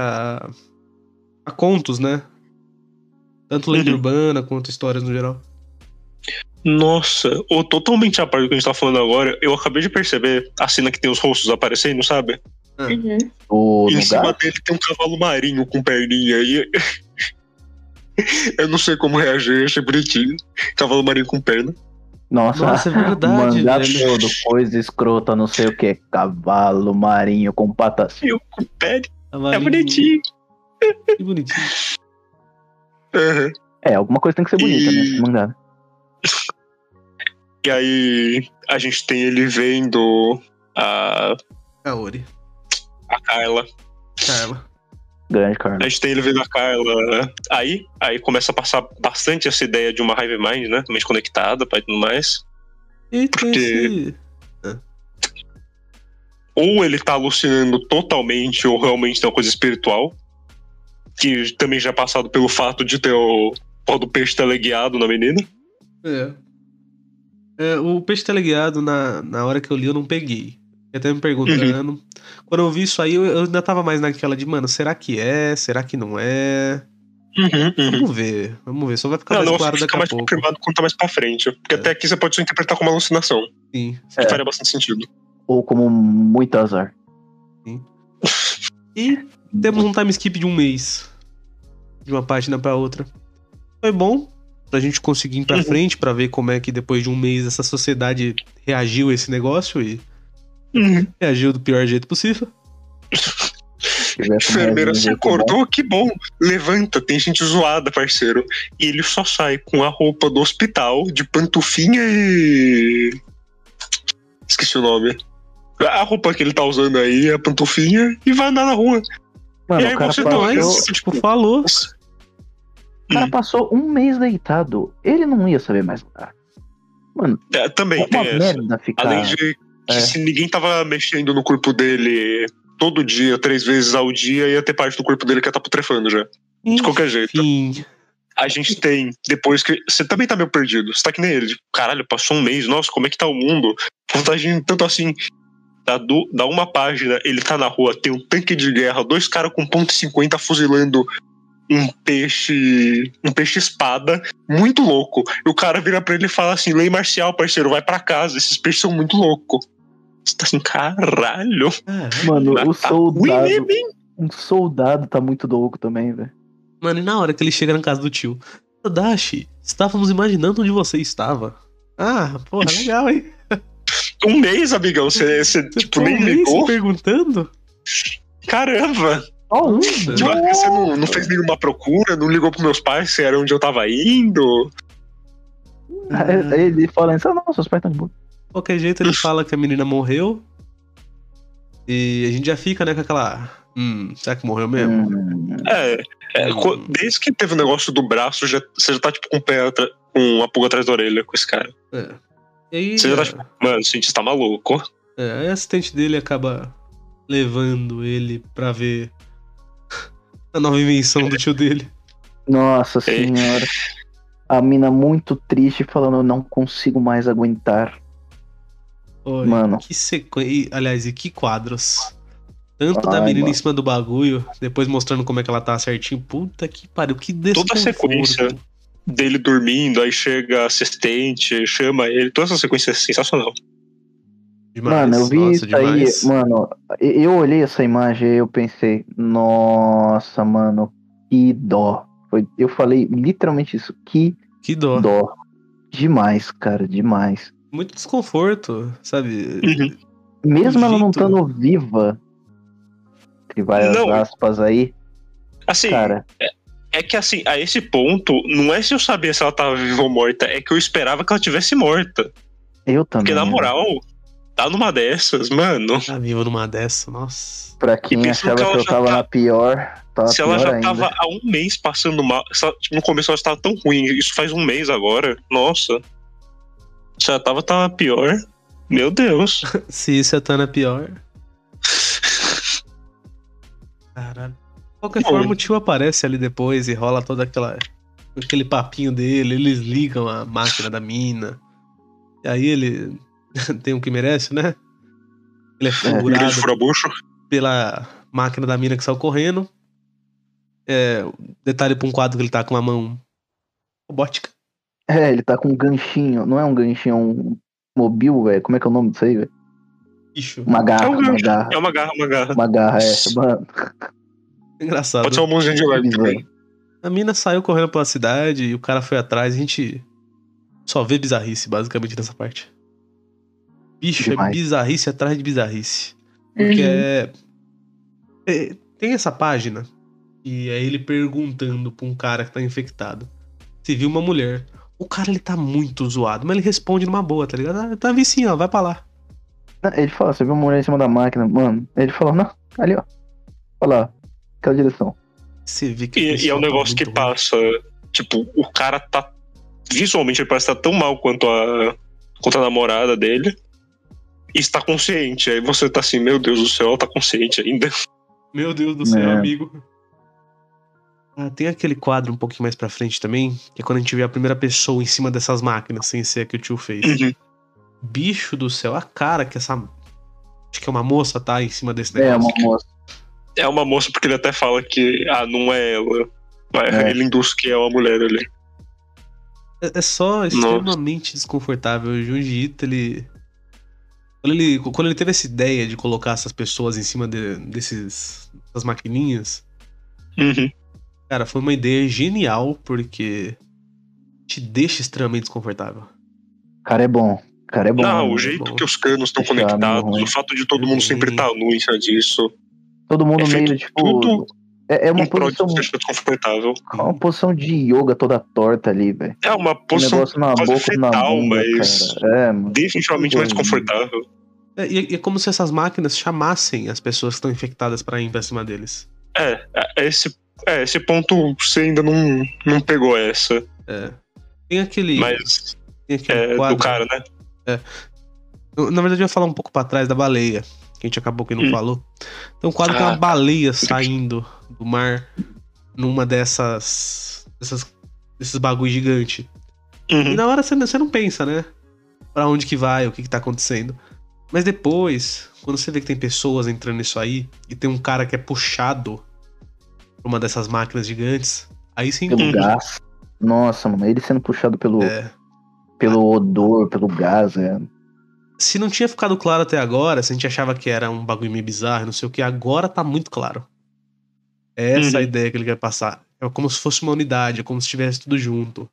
C: a contos, né? Tanto lenda urbana quanto histórias no geral.
B: Nossa, totalmente a parte do que a gente tá falando agora, eu acabei de perceber a cena que tem os rostos aparecendo, sabe? E em cima dele tem um cavalo marinho com perninha aí. Eu não sei como reagir, achei bonitinho. Cavalo marinho com perna.
F: Nossa,
C: é verdade.
F: Mangá todo, coisa escrota, não sei o que. Cavalo marinho com patas.
B: Eu com pele. É bonitinho.
C: Que bonitinho.
F: Alguma coisa tem que ser bonita nesse mangá.
B: E aí a gente tem ele vendo a
C: Kaori.
B: A Carla.
F: Grande Carla.
B: A gente tem ele vendo a Carla. Aí começa a passar bastante essa ideia de uma Hive Mind, né? Mente conectada, pai e tudo mais. Porque ou ele tá alucinando totalmente, ou realmente tem uma coisa espiritual. Que também já é passado pelo fato de ter o pó do peixe teleguiado na menina.
C: O peixe teleguiado, na hora que eu li, eu não peguei. Eu até me perguntando. Quando eu vi isso aí, eu ainda tava mais naquela de, mano, será que é? Será que não é? Vamos ver. Só vai ficar mais claro daqui a pouco. Fica mais
B: confirmado quando tá mais pra frente. Porque até aqui você pode só interpretar como uma alucinação.
C: Sim.
B: Que faria bastante sentido.
F: Ou como muito azar.
C: Sim. E temos um time skip de 1 mês. De uma página pra outra. Foi bom pra gente conseguir ir pra frente, pra ver como é que depois de 1 mês essa sociedade reagiu a esse negócio e reagiu do pior jeito possível.
B: Enfermeira, você acordou? Que bom. Levanta, tem gente zoada, parceiro. E ele só sai com a roupa do hospital, de pantufinha e... Esqueci o nome. A roupa que ele tá usando aí, a pantufinha, e vai andar na rua.
F: Mano,
B: e aí você
C: falou.
F: O cara passou 1 mês deitado. Ele não ia saber mais lugar. Mano,
B: também tem essa.
F: Merda ficar...
B: Além de que se ninguém tava mexendo no corpo dele todo dia, 3 vezes ao dia, ia ter parte do corpo dele que ia estar putrefando já. De qualquer jeito. A gente tem, depois que... Você também tá meio perdido. Você tá que nem ele. Tipo, caralho, passou um mês. Nossa, como é que tá o mundo? Vantagem tanto assim... Dá uma página, ele tá na rua, tem um tanque de guerra, 2 caras com .50 fuzilando um peixe espada, muito louco. E o cara vira pra ele e fala assim: lei marcial, parceiro, vai pra casa, esses peixes são muito loucos. Você tá assim, caralho.
F: Mano, um soldado tá muito louco também, velho.
C: Mano, e na hora que ele chega na casa do tio, Dashi, estávamos imaginando onde você estava. Ah, porra, legal, hein?
B: Um mês, amigão, você tipo, nem ligou?
C: Perguntando?
B: Caramba!
C: Tipo,
B: você não fez nenhuma procura, não ligou pros meus pais se era onde eu tava indo?
F: Aí ele fala assim, não, seus pais estão de boa.
C: De qualquer jeito, ele fala que a menina morreu. E a gente já fica, né, com aquela... será que morreu mesmo?
B: Desde que teve o negócio do braço, você já tá tipo com uma pulga atrás da orelha com esse cara.
C: E aí,
B: você já tá tipo, mano, o cientista tá maluco.
C: Aí a assistente dele acaba levando ele pra ver a nova invenção do tio dele.
F: Nossa senhora. A mina muito triste falando, eu não consigo mais aguentar.
C: Olha,
F: mano.
C: Que sequência. Aliás, e que quadros. Tanto da menina em cima do bagulho, depois mostrando como é que ela tá certinho. Puta que pariu, que desconforto.
B: Toda a sequência dele dormindo, aí chega a assistente, chama ele. Toda essa sequência é sensacional.
C: Demais,
F: mano, eu vi isso
C: demais.
F: aí, mano, eu olhei essa imagem e eu pensei, nossa, mano, que dó. Eu falei literalmente isso, que dó. Demais, cara, demais.
C: Muito desconforto, sabe?
F: Mesmo ela não estando viva, que vai as aspas aí,
B: assim,
F: cara...
B: É que assim, a esse ponto, não é se eu sabia se ela tava viva ou morta, é que eu esperava que ela tivesse morta.
F: Eu também.
B: Porque na moral, tá numa dessas, mano.
C: Tá viva numa dessas, nossa.
F: Pra quem achava que eu tava na pior, tava
B: se ela
F: pior
B: já
F: ainda.
B: tava há um mês passando mal, no começo ela estava tão ruim, isso faz um mês agora, nossa. Se ela tava pior, meu Deus.
C: Se isso tá na pior. Caralho. De qualquer forma, o tio aparece ali depois e rola todo aquele papinho dele, eles ligam a máquina da mina. E aí ele tem o que merece, né? Ele é furado pela máquina da mina que saiu correndo. Detalhe pra um quadro que ele tá com uma mão robótica.
F: Ele tá com um ganchinho, não é um ganchinho, é um mobil, velho. Como é que é o nome disso aí, velho? Uma garra, uma garra.
B: É uma garra.
F: Uma garra, mano.
C: Engraçado.
B: Pode ser um monte de leve também.
C: A mina saiu correndo pela cidade e o cara foi atrás. A gente só vê bizarrice, basicamente, nessa parte. Bicho, demais. É bizarrice atrás de bizarrice. Porque tem essa página e é ele perguntando pra um cara que tá infectado se viu uma mulher. O cara, ele tá muito zoado, mas ele responde numa boa, tá ligado? Tá vizinho, ó, vai pra lá.
F: Ele fala, você viu uma mulher em cima da máquina? Mano, ele falou, não, ali, ó. Olha lá. Aquela direção.
C: Você vê que
B: e é um negócio que passa. Tipo, o cara tá. Visualmente ele parece estar tão mal quanto a namorada dele. E está consciente. Aí você tá assim, meu Deus do céu, ela tá consciente ainda.
C: Meu Deus do céu, amigo. Tem aquele quadro um pouquinho mais pra frente também, que é quando a gente vê a primeira pessoa em cima dessas máquinas, sem ser a que o tio fez. Bicho do céu, a cara que essa. Acho que é uma moça, tá? Em cima desse negócio.
F: É uma moça.
B: É uma moça porque ele até fala que não é ela. Ele induz que é uma mulher ali.
C: É só extremamente desconfortável. O Junji Ito, quando ele teve essa ideia de colocar essas pessoas em cima dessas maquininhas, cara, foi uma ideia genial, porque te deixa extremamente desconfortável.
F: Cara é bom.
B: Não, o jeito que os canos estão conectados, o fato de todo mundo sempre estar nu em cima disso.
F: Todo mundo meio, tipo...
B: Tudo
F: é uma posição...
B: desconfortável.
F: É uma posição de yoga toda torta ali, velho.
B: É uma posição
F: na
B: quase
F: boca,
B: fetal,
F: na bunda,
B: mas
F: mano.
B: definitivamente mais desconfortável.
C: E é como se essas máquinas chamassem as pessoas que estão infectadas pra ir pra cima deles.
B: Esse ponto você ainda não pegou essa.
C: Tem aquele...
B: Mas
C: tem aquele quadro,
B: do cara, né?
C: Na verdade eu ia falar um pouco pra trás da baleia, que a gente acabou que não falou. Tem um quadro que é uma baleia saindo do mar numa dessas desses bagulho gigante.
B: Uhum.
C: E na hora você não pensa, né? Pra onde que vai, o que tá acontecendo. Mas depois, quando você vê que tem pessoas entrando nisso aí, e tem um cara que é puxado por uma dessas máquinas gigantes, aí sim.
F: Pelo gás. Nossa, mano, ele sendo puxado pelo odor, pelo gás,
C: Se não tinha ficado claro até agora, se a gente achava que era um bagulho meio bizarro, não sei o que, agora tá muito claro. É essa a ideia que ele quer passar. É como se fosse uma unidade, é como se estivesse tudo junto.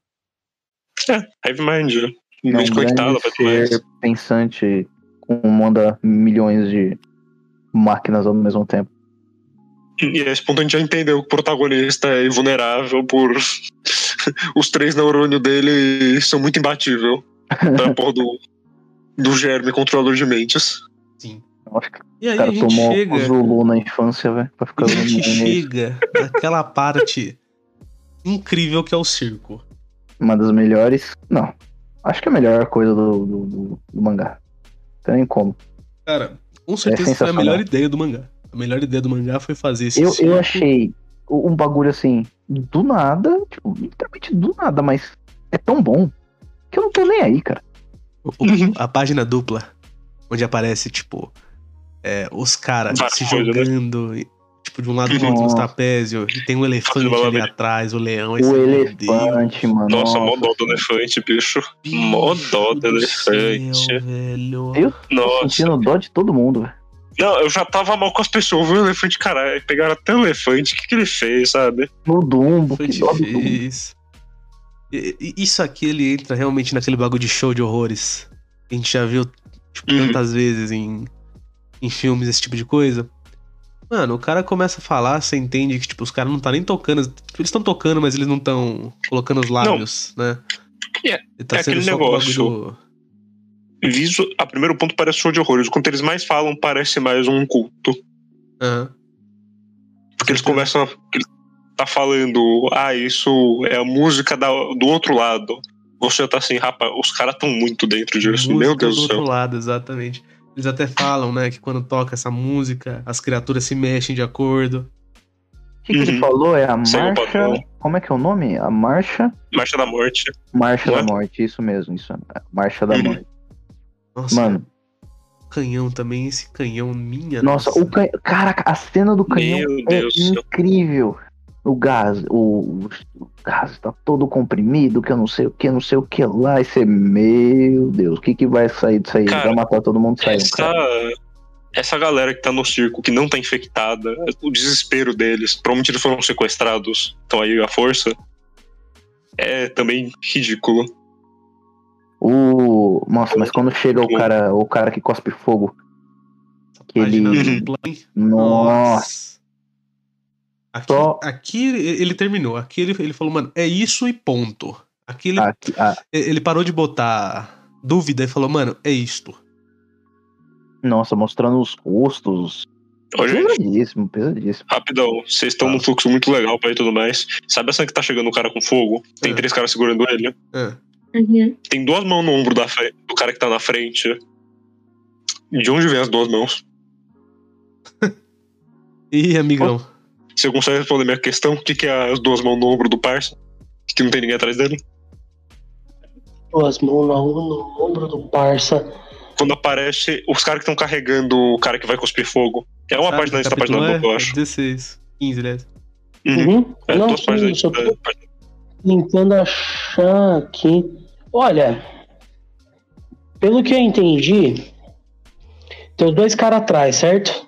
B: Hive Mind, né?
F: É um
B: conectado,
F: grande ser pensante comanda milhões de máquinas ao mesmo tempo.
B: E a esse ponto a gente já entendeu que o protagonista é invulnerável por os 3 neurônios dele são muito imbatíveis pra porra do germe controlador de mentes.
C: Sim.
F: Acho que
C: E aí
F: o cara
C: a gente
F: tomou
C: chega...
F: o Zulu na infância, velho, pra ficar
C: E a gente chega naquela parte incrível que é o circo.
F: Uma das melhores... Não, acho que é a melhor coisa do mangá. Não tem nem como.
C: Cara, com certeza foi a melhor ideia do mangá. A melhor ideia do mangá foi fazer esse circo.
F: Eu achei um bagulho assim, do nada, tipo, literalmente do nada, mas é tão bom que eu não tô nem aí, cara.
C: A página dupla, onde aparece, tipo, os caras se jogando, tipo, de um lado pro outro nos trapézios, e tem um elefante ali atrás, o leão.
F: O elefante, mano.
B: Nossa, mó dó do elefante, bicho. Mó dó do elefante.
C: Velho.
F: Eu tô sentindo dó de todo mundo, velho.
B: Não, eu já tava mal com as pessoas, viu o elefante, caralho. Pegaram até o elefante, o que ele fez, sabe?
F: No Dumbo,
C: Foi
F: que dó do Dumbo.
C: difícil. Isso aqui, ele entra realmente naquele bagulho de show de horrores. A gente já viu, tipo, tantas vezes em filmes, esse tipo de coisa. Mano, o cara começa a falar, você entende que, tipo, os caras não tá nem tocando. Tipo, eles estão tocando, mas eles não estão colocando os lábios, né? Tá
B: aquele negócio. A primeiro ponto parece show de horrores. Quanto eles mais falam, parece mais um culto. Porque eles começam ele tá falando, isso é a música do outro lado. Você tá assim, rapaz, os caras tão muito dentro disso. Meu Deus do céu.
C: Do outro lado, exatamente. Eles até falam, né, que quando toca essa música, as criaturas se mexem de acordo.
F: O que ele falou? É a marcha... Como é que é o nome? A marcha...
B: Marcha da Morte.
F: Marcha da Morte, isso mesmo. Isso. Marcha da Morte.
C: Nossa,
F: mano.
C: Canhão também, esse canhão,
F: Nossa, o canhão... Caraca, a cena do canhão incrível. O gás, o gás tá todo comprimido, que eu não sei o que lá. E você, meu Deus, o que vai sair disso aí? Cara, vai matar todo mundo saindo.
B: Essa galera que tá no circo, que não tá infectada, o desespero deles, provavelmente eles foram sequestrados, então aí a força, é também ridículo.
F: Nossa, mas quando chega o cara que cospe fogo, que ele... Nossa.
C: Aqui ele terminou. Aqui ele falou, mano, é isso e ponto. Aqui ele parou de botar dúvida e falou, mano, é isto.
F: Nossa, mostrando os rostos. Pesadíssimo.
B: Rapidão, vocês estão num fluxo muito legal pra ir e tudo mais. Sabe a cena que tá chegando o cara com fogo? Tem 3 caras segurando ele. Tem 2 mãos no ombro do cara que tá na frente. De onde vem as 2 mãos?
C: Ih, amigão.
B: Você consegue responder minha questão? O que é as 2 mãos no ombro do parça? Que não tem ninguém atrás dele?
D: 2 mãos no ombro do parça.
B: Quando aparece os caras que estão carregando o cara que vai cuspir fogo. É uma página dessa página dupla, eu acho.
C: 16, 15, aliás.
B: É 2 páginas.
D: Eu tô tentando achar aqui. Olha, pelo que eu entendi, tem os 2 caras atrás, certo?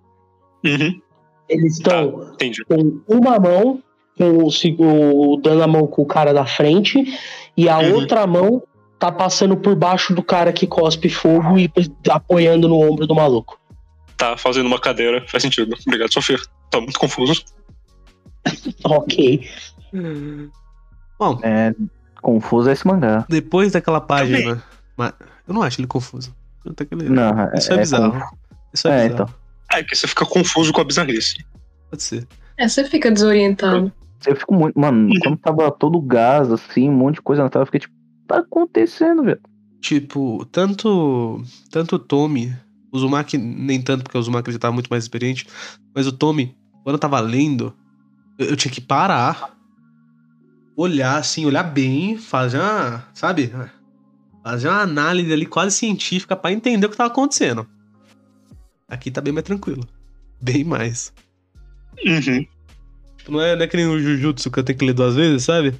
D: Eles estão com uma mão, dando a mão com o cara da frente, e a outra mão tá passando por baixo do cara que cospe fogo e apoiando no ombro do maluco.
B: Tá fazendo uma cadeira, faz sentido. Obrigado, Sofia. Tá muito confuso.
D: Ok.
C: Bom,
F: confuso é esse mangá.
C: Depois daquela página... Mas eu não acho ele confuso. Isso é bizarro. Isso é bizarro.
F: Então.
B: É que você fica confuso com a bizarrice.
C: Pode ser.
E: Você fica desorientado.
F: Eu fico muito... Mano, quando tava todo gás, assim, um monte de coisa na tela, eu fiquei tipo, tá acontecendo, velho?
C: Tipo, tanto o Tommy, o Uzumaki nem tanto, porque o Uzumaki já tava muito mais experiente, mas o Tommy, quando eu tava lendo, eu tinha que parar olhar assim, olhar bem, fazer uma, sabe? Fazer uma análise ali quase científica pra entender o que tava acontecendo. Aqui tá bem mais tranquilo. Bem mais.
B: Uhum.
C: Não é que nem o Jujutsu que eu tenho que ler 2 vezes, sabe?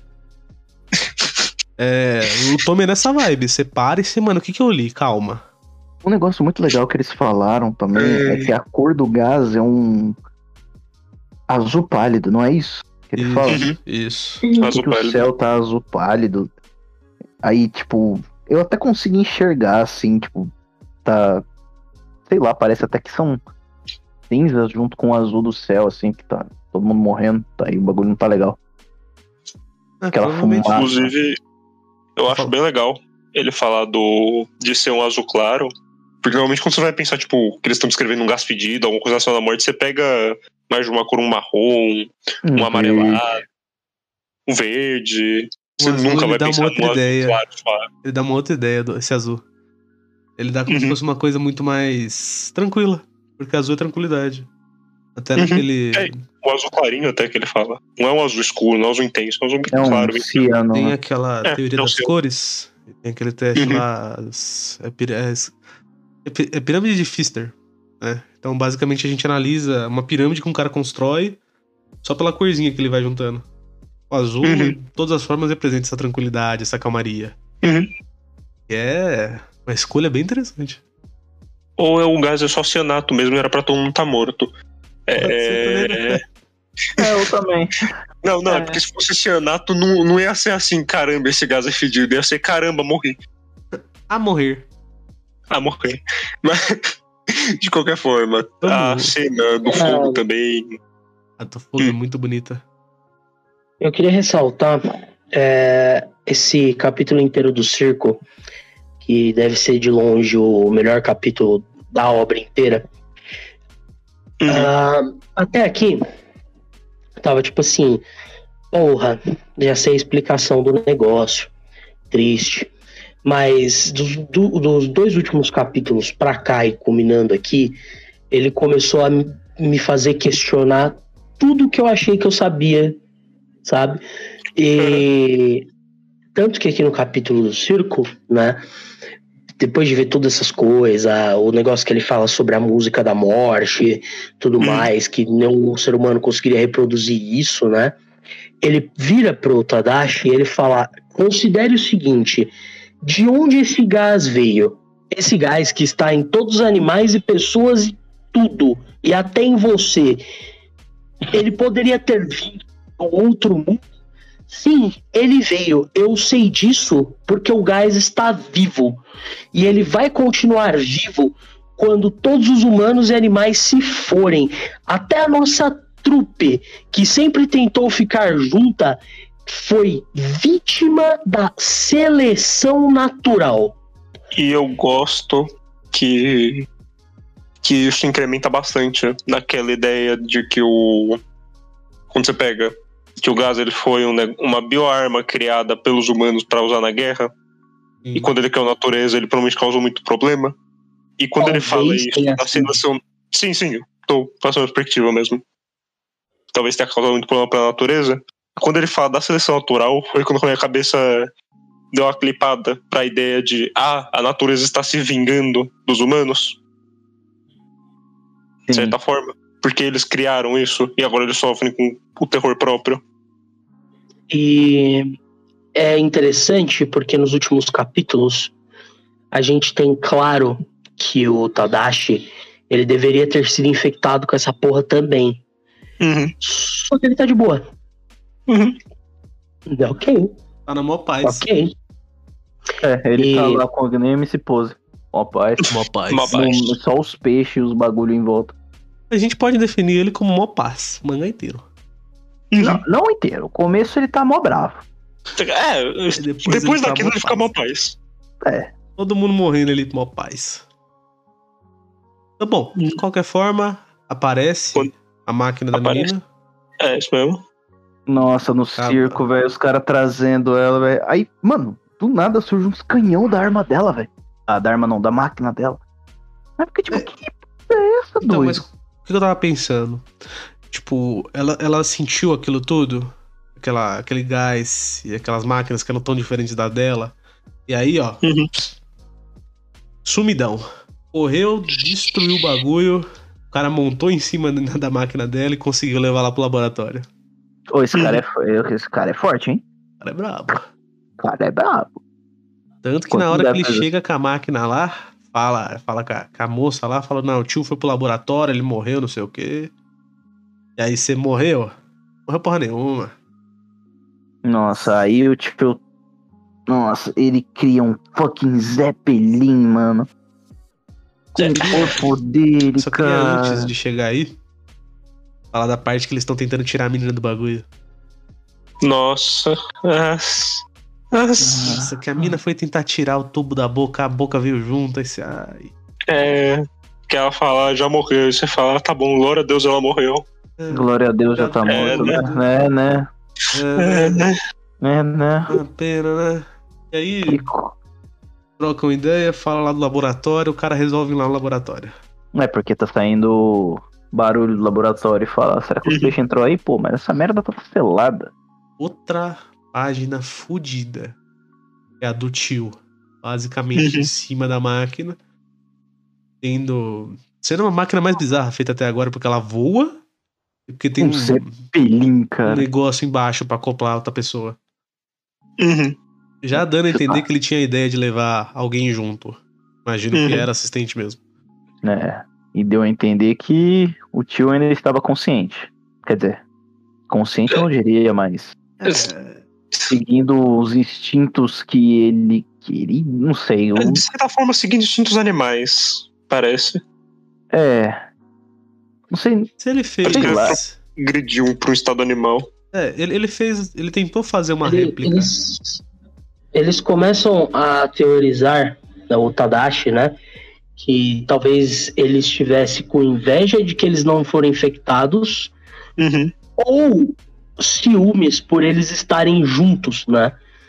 C: O Tommy é nessa vibe. Você para e você, mano, o que eu li? Calma.
F: Um negócio muito legal que eles falaram também é que a cor do gás é um azul pálido, não é isso? Que ele fala?
C: Isso.
B: Azul
F: Que o
B: pálido.
F: céu tá azul pálido. Aí, tipo, eu até consegui enxergar, assim, tipo, tá... Sei lá, parece até que são cinzas junto com o azul do céu, assim, que tá todo mundo morrendo. Tá aí, o bagulho não tá legal. Aquela
C: Provavelmente.
F: fumaça.
B: Inclusive, eu acho bem legal ele falar de ser um azul claro. Porque normalmente quando você vai pensar, tipo, que eles estão descrevendo um gás fedido, alguma coisa relacionada à morte, você pega mais de uma cor, um marrom, um amarelado, um verde. Você
C: azul,
B: nunca vai
C: dá
B: pensar
C: uma outra
B: num azul
C: ideia.
B: claro, claro.
C: Ele dá uma outra ideia, esse azul. Ele dá como se fosse uma coisa muito mais tranquila. Porque azul é tranquilidade. Até naquele...
B: O azul clarinho até que ele fala. Não é um azul escuro, não é um azul intenso, é um azul bem claro. Bem
F: ciano,
C: Tem
F: né?
C: aquela teoria das cores. Tem aquele teste lá... É pirâmide de Pfister, né? Então, basicamente, a gente analisa uma pirâmide que um cara constrói só pela corzinha que ele vai juntando. O azul, de todas as formas, representa essa tranquilidade, essa calmaria. É uma escolha bem interessante.
B: Ou é um gás é só cianato mesmo, era pra todo mundo tá morto.
F: Eu também.
B: Não, é porque se fosse cianato, não ia ser assim, caramba, esse gás é fedido. Ia ser, caramba, morri.
C: A morrer.
B: Mas, de qualquer forma, a cena do fogo também.
C: A do fogo é muito bonita.
D: Eu queria ressaltar esse capítulo inteiro do circo, que deve ser de longe o melhor capítulo da obra inteira. Até aqui, tava tipo assim, porra, já sei a explicação do negócio, triste. Mas dos 2 últimos capítulos pra cá e culminando aqui, ele começou a me fazer questionar tudo que eu achei que eu sabia, sabe? E tanto que aqui no capítulo do circo, né? Depois de ver todas essas coisas, o negócio que ele fala sobre a música da morte, tudo mais, que nenhum ser humano conseguiria reproduzir isso, né? Ele vira pro Tadashi e ele fala: considere o seguinte, de onde esse gás veio? Esse gás que está em todos os animais e pessoas e tudo, e até em você, ele poderia ter vindo de outro mundo? Sim, ele veio. Eu sei disso porque o gás está vivo. E ele vai continuar vivo quando todos os humanos e animais se forem. Até a nossa trupe, que sempre tentou ficar junta, foi vítima da seleção natural.
B: E eu gosto que isso incrementa bastante naquela ideia de que quando você pega que o gás ele foi uma bioarma criada pelos humanos para usar na guerra, e quando ele caiu na natureza ele provavelmente causou muito problema, e quando ele fala isso da seleção, sim, tô passando a perspectiva mesmo, talvez tenha causado muito problema para a natureza. Quando ele fala da seleção natural, foi quando a minha cabeça deu uma clipada para a ideia de a natureza está se vingando dos humanos, de certa forma, porque eles criaram isso e agora eles sofrem com o terror próprio.
D: E é interessante porque nos últimos capítulos a gente tem claro que o Tadashi ele deveria ter sido infectado com essa porra também. Só que ele tá de boa. Ok.
C: Tá na mó paz.
D: Ok.
F: Ele tá lá com a MC Pose. Mó paz. Só os peixes e os bagulho em volta.
C: A gente pode definir ele como mó paz, o mangá inteiro.
F: Não inteiro. O começo ele tá mó bravo.
B: Depois daquilo ele fica mó paz.
C: Todo mundo morrendo ali, mó paz. Tá bom, de qualquer forma, aparece a máquina da menina.
B: É, isso mesmo.
F: Nossa, no circo, velho, os caras trazendo ela, velho. Aí, mano, do nada surge uns canhão da arma dela, velho. Da arma não, da máquina dela. Mas porque, tipo, que é essa,
C: então,
F: doido?
C: Mas o que eu tava pensando? Tipo, ela sentiu aquilo tudo? aquele gás e aquelas máquinas que eram tão diferentes da dela. E aí, ó, sumidão. Correu, destruiu o bagulho, o cara montou em cima da máquina dela e conseguiu levar lá pro laboratório.
F: Ô, esse cara é forte, hein?
C: O cara é brabo.
F: O cara é brabo.
C: Tanto que na hora que ele chega com a máquina lá, fala com a moça lá, fala, não, o tio foi pro laboratório, ele morreu, não sei o quê. E aí você morreu? Morreu porra nenhuma.
F: Nossa, aí o tio... Nossa, ele cria um fucking Zeppelin, mano. Com o corpo dele,
C: só queria, antes de chegar aí, falar da parte que eles estão tentando tirar a menina do bagulho.
B: Nossa.
C: Nossa, que a mina foi tentar tirar o tubo da boca, a boca veio junto, aí você... Ai.
B: Que ela fala, já morreu. E você fala, tá bom, glória a Deus, ela morreu.
F: Glória a Deus, já tá morto, né?
C: Uma pena, né? E aí... Trocam ideia, fala lá do laboratório, o cara resolve ir lá no laboratório.
F: É porque tá saindo barulho do laboratório e fala, será que o peixe entrou aí? Pô, mas essa merda tá selada.
C: Outra página fodida. É a do tio. Basicamente em cima da máquina. Sendo uma máquina mais bizarra feita até agora, porque ela voa. E porque tem
F: Zeppelin, cara.
C: Um negócio embaixo pra acoplar outra pessoa. Já dando a entender que ele tinha a ideia de levar alguém junto. Imagino que era assistente mesmo.
F: E deu a entender que o tio ainda estava consciente. Quer dizer, consciente eu não diria, mas... seguindo os instintos que ele queria, não sei.
B: De certa forma, seguindo instintos animais, parece.
F: Não sei.
C: Se ele fez...
B: Agrediu para um estado animal.
C: Ele tentou fazer uma réplica.
D: Eles começam a teorizar, o Tadashi, né? Que talvez ele estivesse com inveja de que eles não foram infectados. Ou ciúmes por eles estarem juntos, né?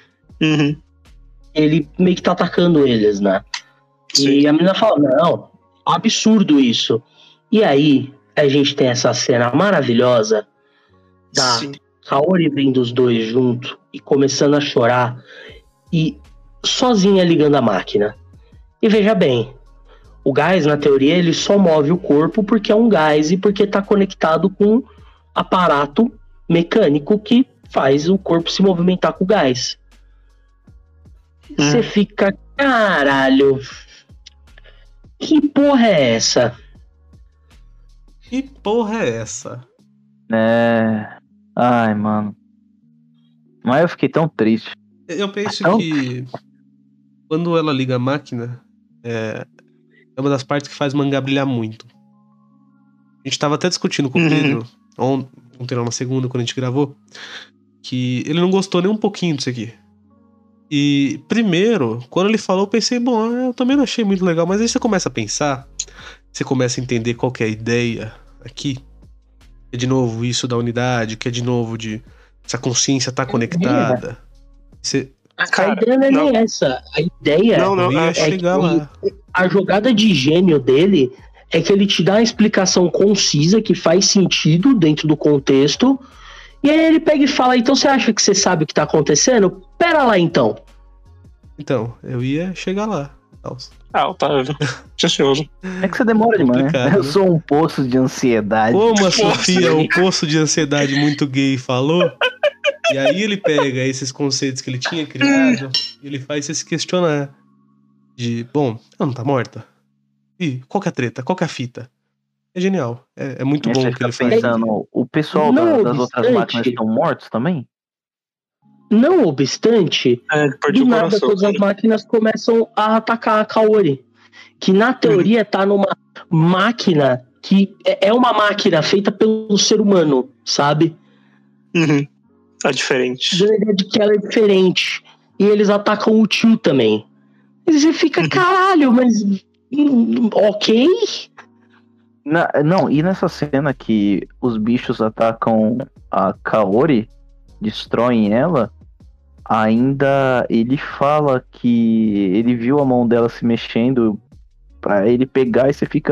D: Ele meio que tá atacando eles, né? Sim. E a menina fala, não, absurdo isso. E aí, a gente tem essa cena maravilhosa da Kaori vendo os dois juntos e começando a chorar e sozinha ligando a máquina. E veja bem, o gás, na teoria, ele só move o corpo porque é um gás e porque tá conectado com aparato mecânico que faz o corpo se movimentar com o gás. Você fica, caralho, que porra é essa?
C: Que porra é essa?
F: Ai, mano. Mas eu fiquei tão triste.
C: Eu penso que quando ela liga a máquina, é uma das partes que faz o mangá brilhar muito. A gente tava até discutindo com o Pedro, ontem na segunda, quando a gente gravou, que ele não gostou nem um pouquinho disso aqui. E primeiro, quando ele falou, eu pensei, bom, eu também não achei muito legal, mas aí você começa a pensar, você começa a entender qual que é a ideia aqui. É de novo isso da unidade, que é de novo de essa consciência tá conectada.
D: A ideia não é nem essa. A ideia
C: é chegar lá.
D: A jogada de gênio dele é que ele te dá uma explicação concisa que faz sentido dentro do contexto. E aí ele pega e fala, então você acha que você sabe o que tá acontecendo? Pera lá então.
C: Então, eu ia chegar lá.
B: Otávio. Ansioso.
F: É que você demora demais, né? Eu sou um poço de ansiedade.
C: Como a Sofia, um poço de ansiedade muito gay, falou. E aí ele pega esses conceitos que ele tinha criado e ele faz você se questionar. Bom, ela não tá morta? E qual que é a treta? Qual que é a fita? É genial. É muito bom o que ele faz.
F: Pensando, o pessoal das outras máquinas estão mortos também?
D: Não obstante, do nada todas as máquinas começam a atacar a Kaori. Que na teoria tá numa máquina que é uma máquina feita pelo ser humano, sabe?
B: É diferente.
D: A ideia de que ela é diferente. E eles atacam o tio também. E você fica, caralho, mas... ok?
F: Não, e nessa cena que os bichos atacam a Kaori, destroem ela, ainda ele fala que ele viu a mão dela se mexendo pra ele pegar e você fica...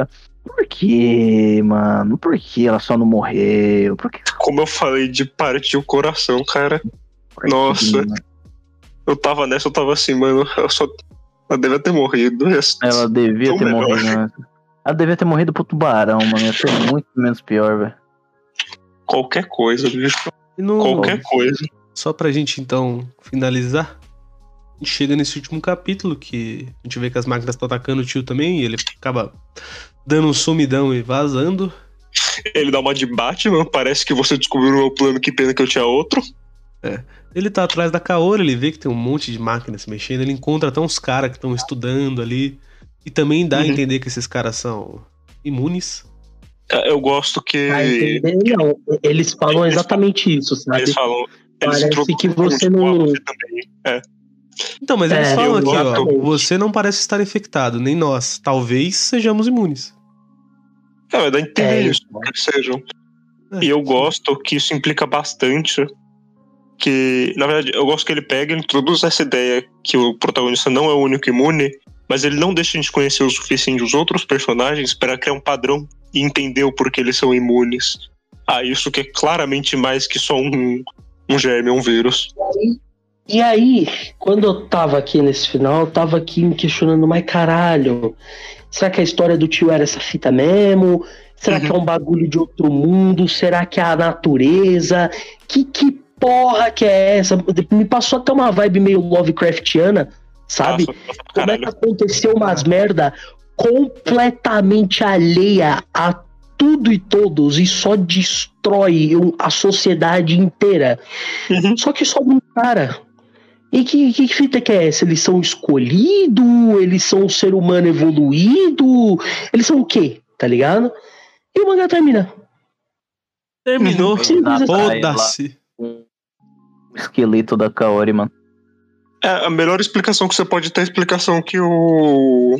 F: Por que, mano? Por que ela só não morreu? Por que?
B: Como eu falei, de partir o coração, cara. Nossa. Eu tava nessa, eu tava assim, mano. Ela devia ter morrido.
F: Ela devia ter
B: melhor.
F: morrido, né? Ela devia ter morrido pro tubarão, mano. Ia ser muito menos pior, velho.
B: Qualquer coisa, bicho. Qualquer coisa.
C: Só pra gente, então, finalizar. A gente chega nesse último capítulo que a gente vê que as máquinas estão atacando o tio também. E ele acaba dando um sumidão e vazando.
B: Ele dá uma de Batman. Parece que você descobriu o meu plano, que pena que eu tinha outro.
C: Ele tá atrás da Kaori, ele vê que tem um monte de máquinas se mexendo. Ele encontra até uns caras que estão estudando ali. E também dá a entender que esses caras são imunes.
B: Eu gosto que...
D: Não, eles falam exatamente isso, sabe?
B: Eles falam...
D: Parece que você não...
C: Então, mas eles falam aqui,
D: exatamente.
C: você não parece estar infectado, nem nós. Talvez sejamos imunes.
B: Dá a entender isso, que eles sejam. E eu gosto que isso implica bastante que, na verdade, eu gosto que ele introduz essa ideia que o protagonista não é o único imune, mas ele não deixa a gente conhecer o suficiente os outros personagens para criar um padrão e entender o porquê eles são imunes. Isso que é claramente mais que só um germe, um vírus.
D: E aí, quando eu tava aqui nesse final, eu tava aqui me questionando, mas caralho, será que a história do tio era essa fita mesmo? Será que é um bagulho de outro mundo? Será que é a natureza? Que porra que é essa? Me passou até uma vibe meio Lovecraftiana, sabe? Como é que aconteceu umas merda completamente alheia a tudo e todos e só destrói a sociedade inteira. Só que sobra um cara. E que fita que é essa? Eles são escolhidos? Eles são um ser humano evoluído? Eles são o quê? Tá ligado? E o mangá termina.
C: Terminou.
F: Foda-se. O esqueleto da Kaori, mano.
B: A melhor explicação que você pode ter é a explicação que o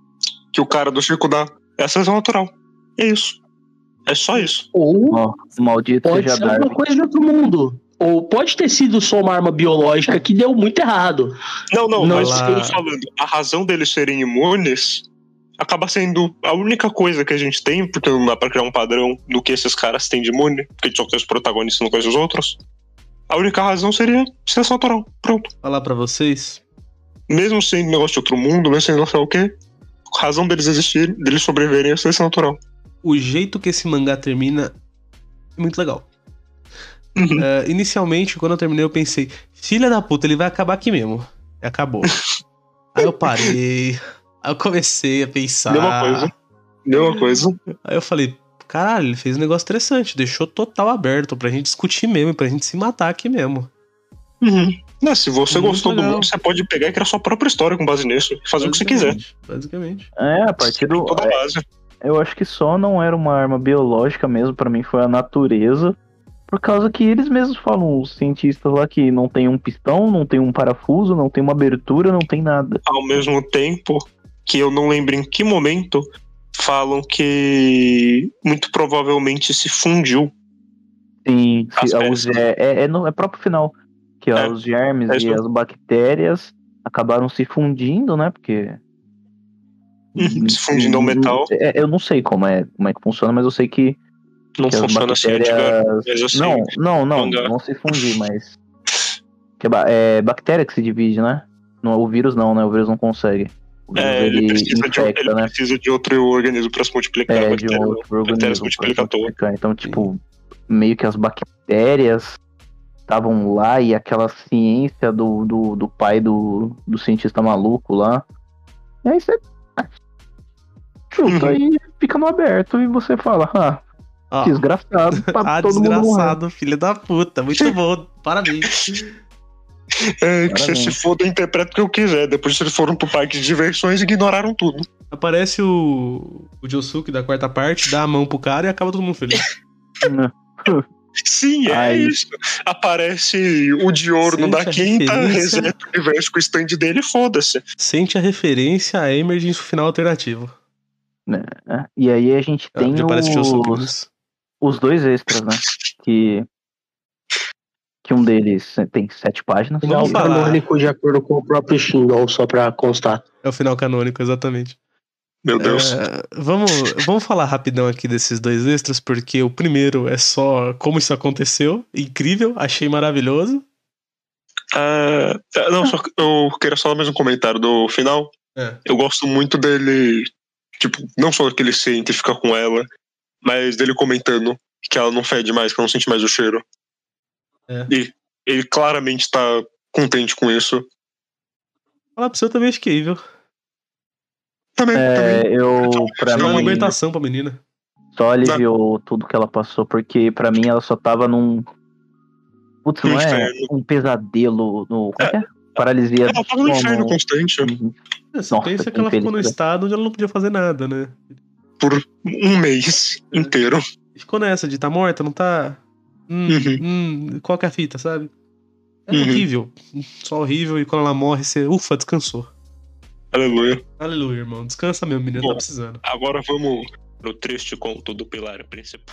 B: cara do Chico dá. É a seleção natural. É isso. É só isso.
D: Ou
F: maldito
D: pode ser uma coisa de outro mundo. Ou pode ter sido só uma arma biológica que deu muito errado.
B: Não, mas eu tô falando, a razão deles serem imunes acaba sendo a única coisa que a gente tem, porque não dá pra criar um padrão do que esses caras têm de imune, porque a gente só conhece os protagonistas e não conhece os outros. A única razão seria seleção natural. Pronto.
C: Falar pra vocês.
B: Mesmo sem negócio de outro mundo, mesmo sem não sei o quê, a razão deles existirem, deles sobreviverem é a seleção natural.
C: O jeito que esse mangá termina é muito legal. Inicialmente, quando eu terminei, eu pensei, filha da puta, ele vai acabar aqui mesmo. E acabou. Aí eu parei. Aí eu comecei a pensar.
B: Mesma coisa.
C: Aí eu falei, caralho, ele fez um negócio interessante. Deixou total aberto pra gente discutir mesmo, pra gente se matar aqui mesmo.
B: Se você gostou do mundo, você pode pegar e criar sua própria história com base nisso. E fazer o que você quiser.
C: Basicamente.
F: A partir do...
B: toda a base.
F: Eu acho que só não era uma arma biológica mesmo, pra mim foi a natureza. Por causa que eles mesmos falam, os cientistas lá, que não tem um pistão, não tem um parafuso, não tem uma abertura, não tem nada.
B: Ao mesmo tempo que eu não lembro em que momento falam que muito provavelmente se fundiu.
F: Sim, é próprio final. Que os germes e as bactérias acabaram se fundindo, né? Porque...
B: se fundindo ao metal.
F: Eu não sei como é que funciona, mas eu sei que
B: não funciona
F: bactérias...
B: assim.
F: Não se fundir, mas... Que é bactéria que se divide, né? O vírus não, né? O vírus não consegue.
B: Ele precisa de outro organismo pra se multiplicar.
F: De outro organismo
B: se multiplica à toa.
F: Então, tipo, meio que as bactérias estavam lá e aquela ciência do pai do cientista maluco lá. E aí você chuta e fica no aberto e você fala, desgraçado, tá todo mundo morrendo.
C: Filho da puta, muito bom, parabéns.
B: Que você se foda, eu interpreto o que eu quiser. Depois eles foram pro parque de diversões e ignoraram tudo.
C: Aparece o Josuke da quarta parte, dá a mão pro cara e acaba todo mundo feliz.
B: Sim, isso. Aparece o Diorno da quinta, reseta o universo com o stand dele e foda-se.
C: Sente a referência a Emergence final alternativo.
F: E aí a gente tem os dois extras, né? Que um deles tem 7 páginas.
D: Final canônico de acordo com o próprio Shingle, só pra constar.
C: É o final canônico, exatamente.
B: Meu Deus.
C: Vamos falar rapidão aqui desses 2 extras, porque o primeiro é só como isso aconteceu. Incrível, achei maravilhoso.
B: Não, só eu queria só mais um comentário do final. Eu gosto muito dele, tipo, não só que ele sente e fica com ela, mas dele comentando que ela não fede mais, que ela não sente mais o cheiro. E ele claramente tá contente com isso.
C: Falar pra você, eu também fiquei, viu?
B: Também.
F: Pra
C: Foi uma
F: mim,
C: libertação pra menina.
F: só aliviou tudo que ela passou, porque pra mim ela só tava num... Putz, não é um pesadelo no... Como é que é? Paralisia do
B: Ela tava no inferno
F: sono.
B: constante.
C: Você
F: Nossa,
C: pensa que ela ficou no estado onde ela não podia fazer nada, né?
B: Por um mês inteiro.
C: Ficou nessa de tá morta, não tá? Qual que é a fita, sabe? É horrível. Só horrível. E quando ela morre, você, ufa, descansou.
B: Aleluia.
C: Aleluia, irmão. Descansa mesmo, menino.
B: Bom,
C: tá precisando.
B: Agora vamos pro triste conto do pilar principal.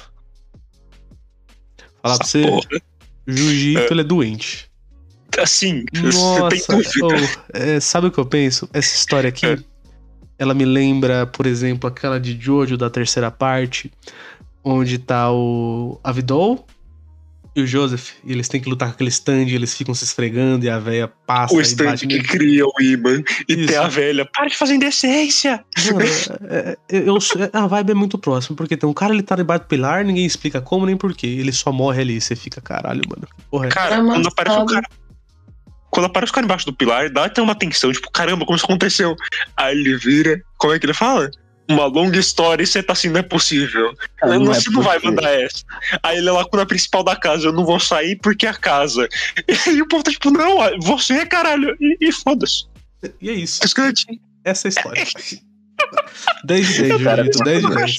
C: Falar pra você, Jiu-Jitsu, ele é doente.
B: Assim,
C: Nossa,
B: você tem dúvida.
C: sabe o que eu penso? Essa história aqui, ela me lembra, por exemplo, aquela de Jojo da 3ª parte, onde tá o Avidol e o Joseph, e eles têm que lutar com aquele stand, e eles ficam se esfregando, e a véia passa
B: O
C: e
B: stand
C: bate
B: que
C: nele.
B: cria o imã e
C: Isso.
B: tem a velha. Para de fazer indecência!
C: Mano, a vibe é muito próxima, porque tem um cara, ele tá debaixo do pilar, ninguém explica como nem porquê, ele só morre ali, você fica, caralho, mano, que porra é?
B: Cara, quando aparece o cara embaixo do pilar, dá até uma tensão, tipo, caramba, como isso aconteceu? Aí ele vira, como é que ele fala? Uma longa história e você tá assim, não é possível. Você não vai mandar essa. Aí ele é lá com a principal da casa, eu não vou sair porque é a casa. E o povo tá tipo, não, você é caralho. E foda-se.
C: E é isso.
B: Escute.
C: Essa é a história. 10 de 10, Jiu-Jitsu, 10 de 10.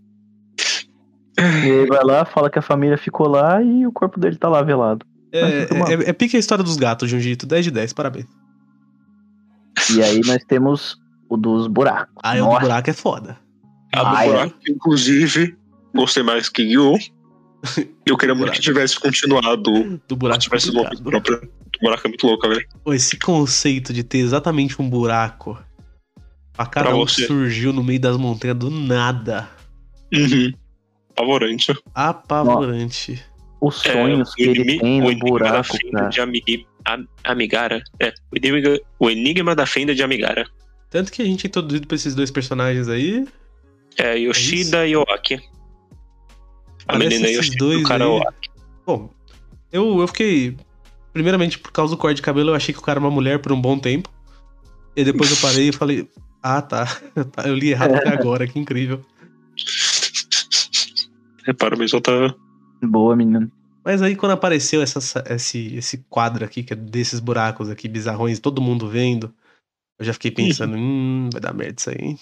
F: E aí vai lá, fala que a família ficou lá e o corpo dele tá lá velado.
C: É pique a história dos gatos, Jiu-Jitsu, 10 de 10, parabéns.
F: E aí nós temos o dos buracos.
C: O do buraco é foda.
B: A do buraco, inclusive, gostei mais que Yu. Eu queria muito que tivesse continuado.
C: Do buraco.
B: Tivesse nome próprio. Do buraco é muito louco, velho.
C: Esse conceito de ter exatamente um buraco pra cada um que surgiu no meio das montanhas do nada.
B: Apavorante.
C: Apavorante.
F: Os sonhos que ele tem no buraco, cara.
B: De Amigara. O Enigma da Fenda de Amigara.
C: Tanto que a gente é introduzido pra esses 2 personagens aí.
B: Yoshida e Oaki. A menina Yoshida e o cara Oaki.
C: Bom, eu fiquei... Primeiramente, por causa do corte de cabelo, eu achei que o cara era uma mulher por um bom tempo. E depois eu parei e falei... tá. Eu li errado até agora, que incrível.
B: Repara, mesmo tá...
F: Boa, menino.
C: Mas aí quando apareceu esse quadro aqui, que é desses buracos aqui bizarrões, todo mundo vendo, eu já fiquei pensando, vai dar merda isso aí, hein?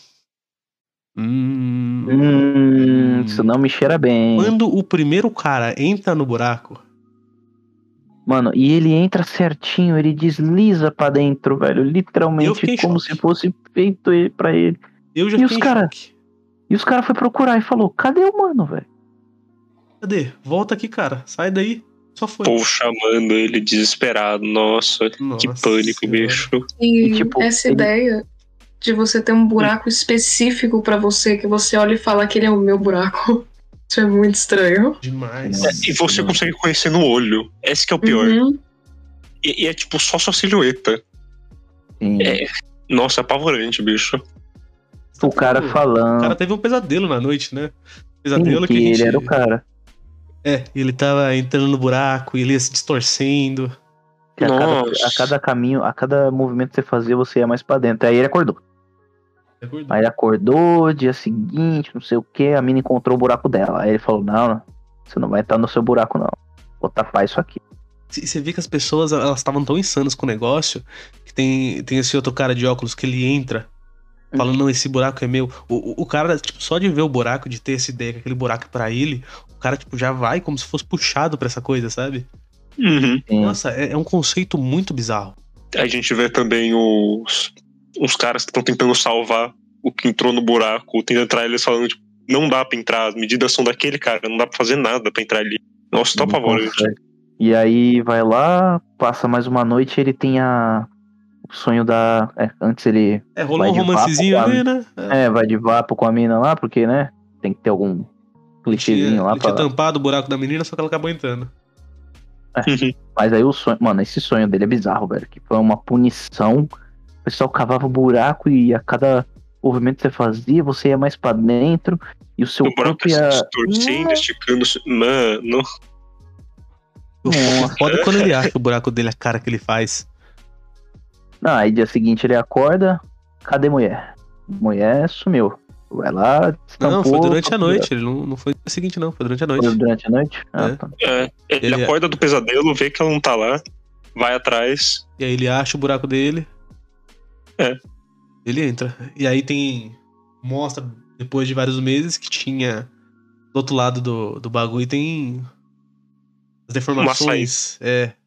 F: Isso não me cheira bem.
C: Quando o primeiro cara entra no buraco...
F: Mano, e ele entra certinho, ele desliza pra dentro, velho. Literalmente como se fosse feito pra ele.
C: Eu já fiquei em choque.
F: E os caras foram procurar e falou, cadê o mano, velho?
C: Cadê? Volta aqui, cara. Sai daí. Só foi.
B: O povo chamando ele desesperado. Nossa, que pânico,
C: senhora.
B: Bicho.
E: E tipo, essa ideia de você ter um buraco específico pra você, que você olha e fala que ele é o meu buraco. Isso é muito estranho.
C: Demais.
B: E você consegue conhecer no olho. Esse que é o pior. E é tipo só sua silhueta. Nossa, apavorante, bicho.
F: O cara falando.
C: O cara teve um pesadelo na noite, né? Pesadelo
F: que ele era o cara.
C: Ele tava entrando no buraco e ele ia se distorcendo.
F: A cada caminho, a cada movimento que você fazia, você ia mais pra dentro. Aí ele acordou. Aí ele acordou, dia seguinte, não sei o que, a mina encontrou o buraco dela. Aí ele falou, não, você não vai estar no seu buraco, não. Vou tapar isso aqui.
C: Você vê que as pessoas, elas estavam tão insanas com o negócio, que tem esse outro cara de óculos que ele entra, falando, não, esse buraco é meu. O cara, tipo, só de ver o buraco, de ter essa ideia que aquele buraco é pra ele, o cara, tipo, já vai como se fosse puxado pra essa coisa, sabe? Nossa, é um conceito muito bizarro.
B: A gente vê também os caras que estão tentando salvar o que entrou no buraco, tentando entrar, eles falando, tipo, não dá pra entrar, as medidas são daquele cara, não dá pra fazer nada pra entrar ali. Nossa, tá apavorante.
F: E aí vai lá, passa mais uma noite, ele tem O sonho da... antes ele...
C: rolou um romancezinho ali, né?
F: Vai de vapo com a mina lá, porque, né? Tem que ter algum clichêzinho lá.
C: Ele tinha tampado o buraco da menina, só que ela acabou entrando.
F: Mas aí o sonho... Mano, esse sonho dele é bizarro, velho. Que foi uma punição. O pessoal cavava o buraco e a cada movimento que você fazia, você ia mais pra dentro. E o seu corpo ia...
B: Torcendo, esticando... Mano...
C: Foda quando ele acha o buraco dele, a cara que ele faz.
F: Aí dia seguinte ele acorda, cadê mulher? Mulher sumiu. Vai lá, estampou...
C: Não, foi durante a noite, ele não foi no dia seguinte não, foi durante a noite.
F: Foi durante a noite?
C: Tá.
B: Ele acorda do pesadelo, vê que ela não tá lá, vai atrás...
C: E aí ele acha o buraco dele... Ele entra. E aí mostra, depois de vários meses, que tinha... Do outro lado do bagulho tem... As deformações.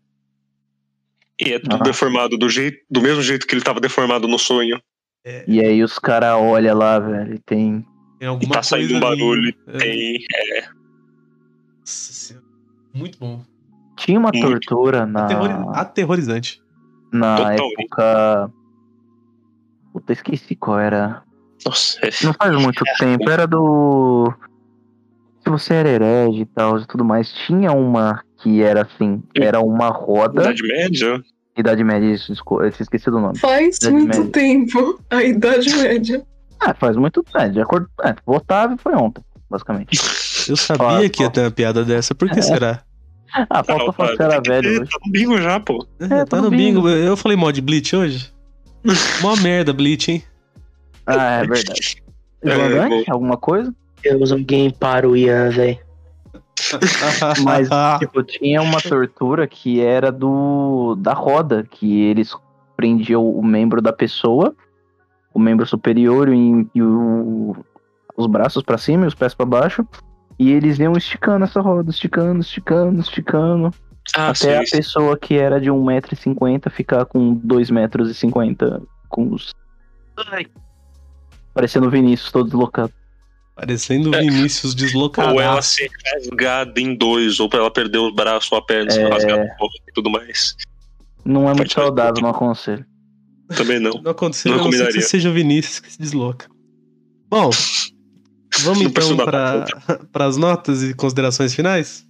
B: E é tudo deformado do mesmo jeito que ele tava deformado no sonho.
F: E aí os caras olham lá, velho, tem
C: alguma
B: e tá saindo um barulho, tem...
C: Nossa senhora. Muito bom.
F: Tinha uma tortura
C: Aterrorizante.
F: Na época... Puta, esqueci qual era.
B: Nossa,
F: não faz muito tempo, era do... Se você era herege e tal e tudo mais, tinha uma que era assim, era uma roda...
B: Idade Média?
F: Idade Média, isso, eu tinha esquecido o nome.
E: Faz muito tempo, a Idade Média.
F: Faz muito tempo, de acordo... Votava e foi ontem, basicamente.
C: Eu sabia que ia ter uma piada dessa, por que será?
F: Falta falar que era velho hoje.
B: Tá no bingo já, pô.
C: Tá no bingo. Eu falei mal de Bleach hoje? Mó merda, Bleach, hein?
F: É verdade. Comandante, alguma coisa?
D: Temos alguém para o Ian, velho.
F: Mas, tipo, tinha uma tortura que era da roda, que eles prendiam o membro da pessoa, o membro superior e os braços pra cima e os pés pra baixo, e eles iam esticando essa roda, esticando. Até a pessoa que era de 1,50 m ficar com 2,50 m, com os... Parecendo o Vinícius todo deslocado.
C: Parecendo o Vinícius deslocado.
B: Ou ela ser rasgada em dois, ou pra ela perder os braços ou a perna, ser rasgada e tudo mais.
F: Não é muito saudável, não aconselho.
B: Também não.
C: Não aconselho, não sei que seja o Vinícius que se desloca. Bom, vamos então para as notas e considerações finais?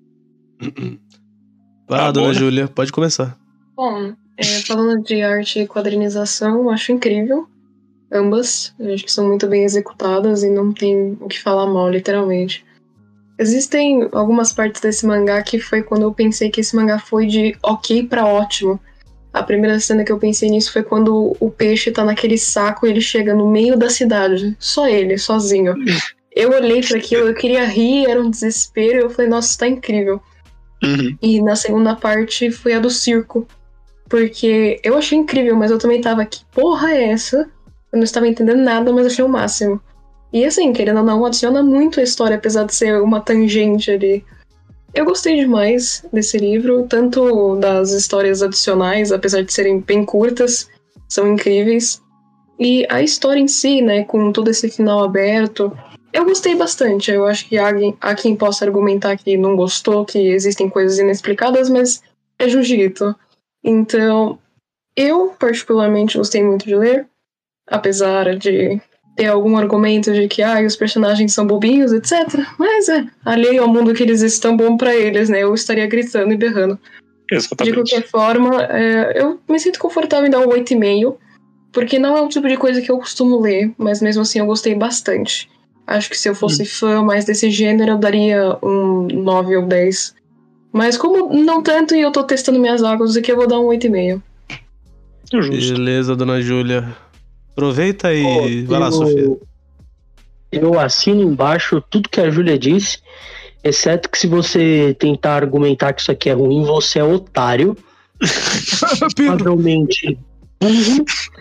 C: Vai lá, dona Júlia, pode começar.
E: Bom, falando de arte e quadrinização, eu acho incrível. Ambas, eu acho que são muito bem executadas e não tem o que falar mal, literalmente. Existem algumas partes desse mangá que foi quando eu pensei que esse mangá foi de ok pra ótimo. A primeira cena que eu pensei nisso foi quando o peixe tá naquele saco e ele chega no meio da cidade. Só ele, sozinho. Eu olhei pra aquilo, eu queria rir, era um desespero, e eu falei, nossa, isso tá incrível. E na segunda parte foi a do circo. Porque eu achei incrível, mas eu também tava, que porra é essa? Eu não estava entendendo nada, mas achei o máximo. E assim, querendo ou não, adiciona muito a história, apesar de ser uma tangente ali. Eu gostei demais desse livro, tanto das histórias adicionais, apesar de serem bem curtas, são incríveis. E a história em si, né, com todo esse final aberto, eu gostei bastante. Eu acho que há quem possa argumentar que não gostou, que existem coisas inexplicadas, mas é Junji-Ito. Então, eu particularmente gostei muito de ler. Apesar de ter algum argumento de que os personagens são bobinhos, etc. Mas alheio ao mundo que eles estão, bom pra eles, né? Eu estaria gritando e berrando.
B: Exatamente.
E: De qualquer forma, eu me sinto confortável em dar um 8,5, porque não é o tipo de coisa que eu costumo ler, mas mesmo assim eu gostei bastante. Acho que se eu fosse fã mais desse gênero, eu daria um 9 ou 10. Mas como não tanto e eu tô testando minhas águas aqui, eu vou dar um 8,5.
C: Beleza, dona Júlia. Aproveita e vai lá, Sofia.
D: Eu assino embaixo tudo que a Júlia disse, exceto que se você tentar argumentar que isso aqui é ruim, você é otário. Provavelmente burro.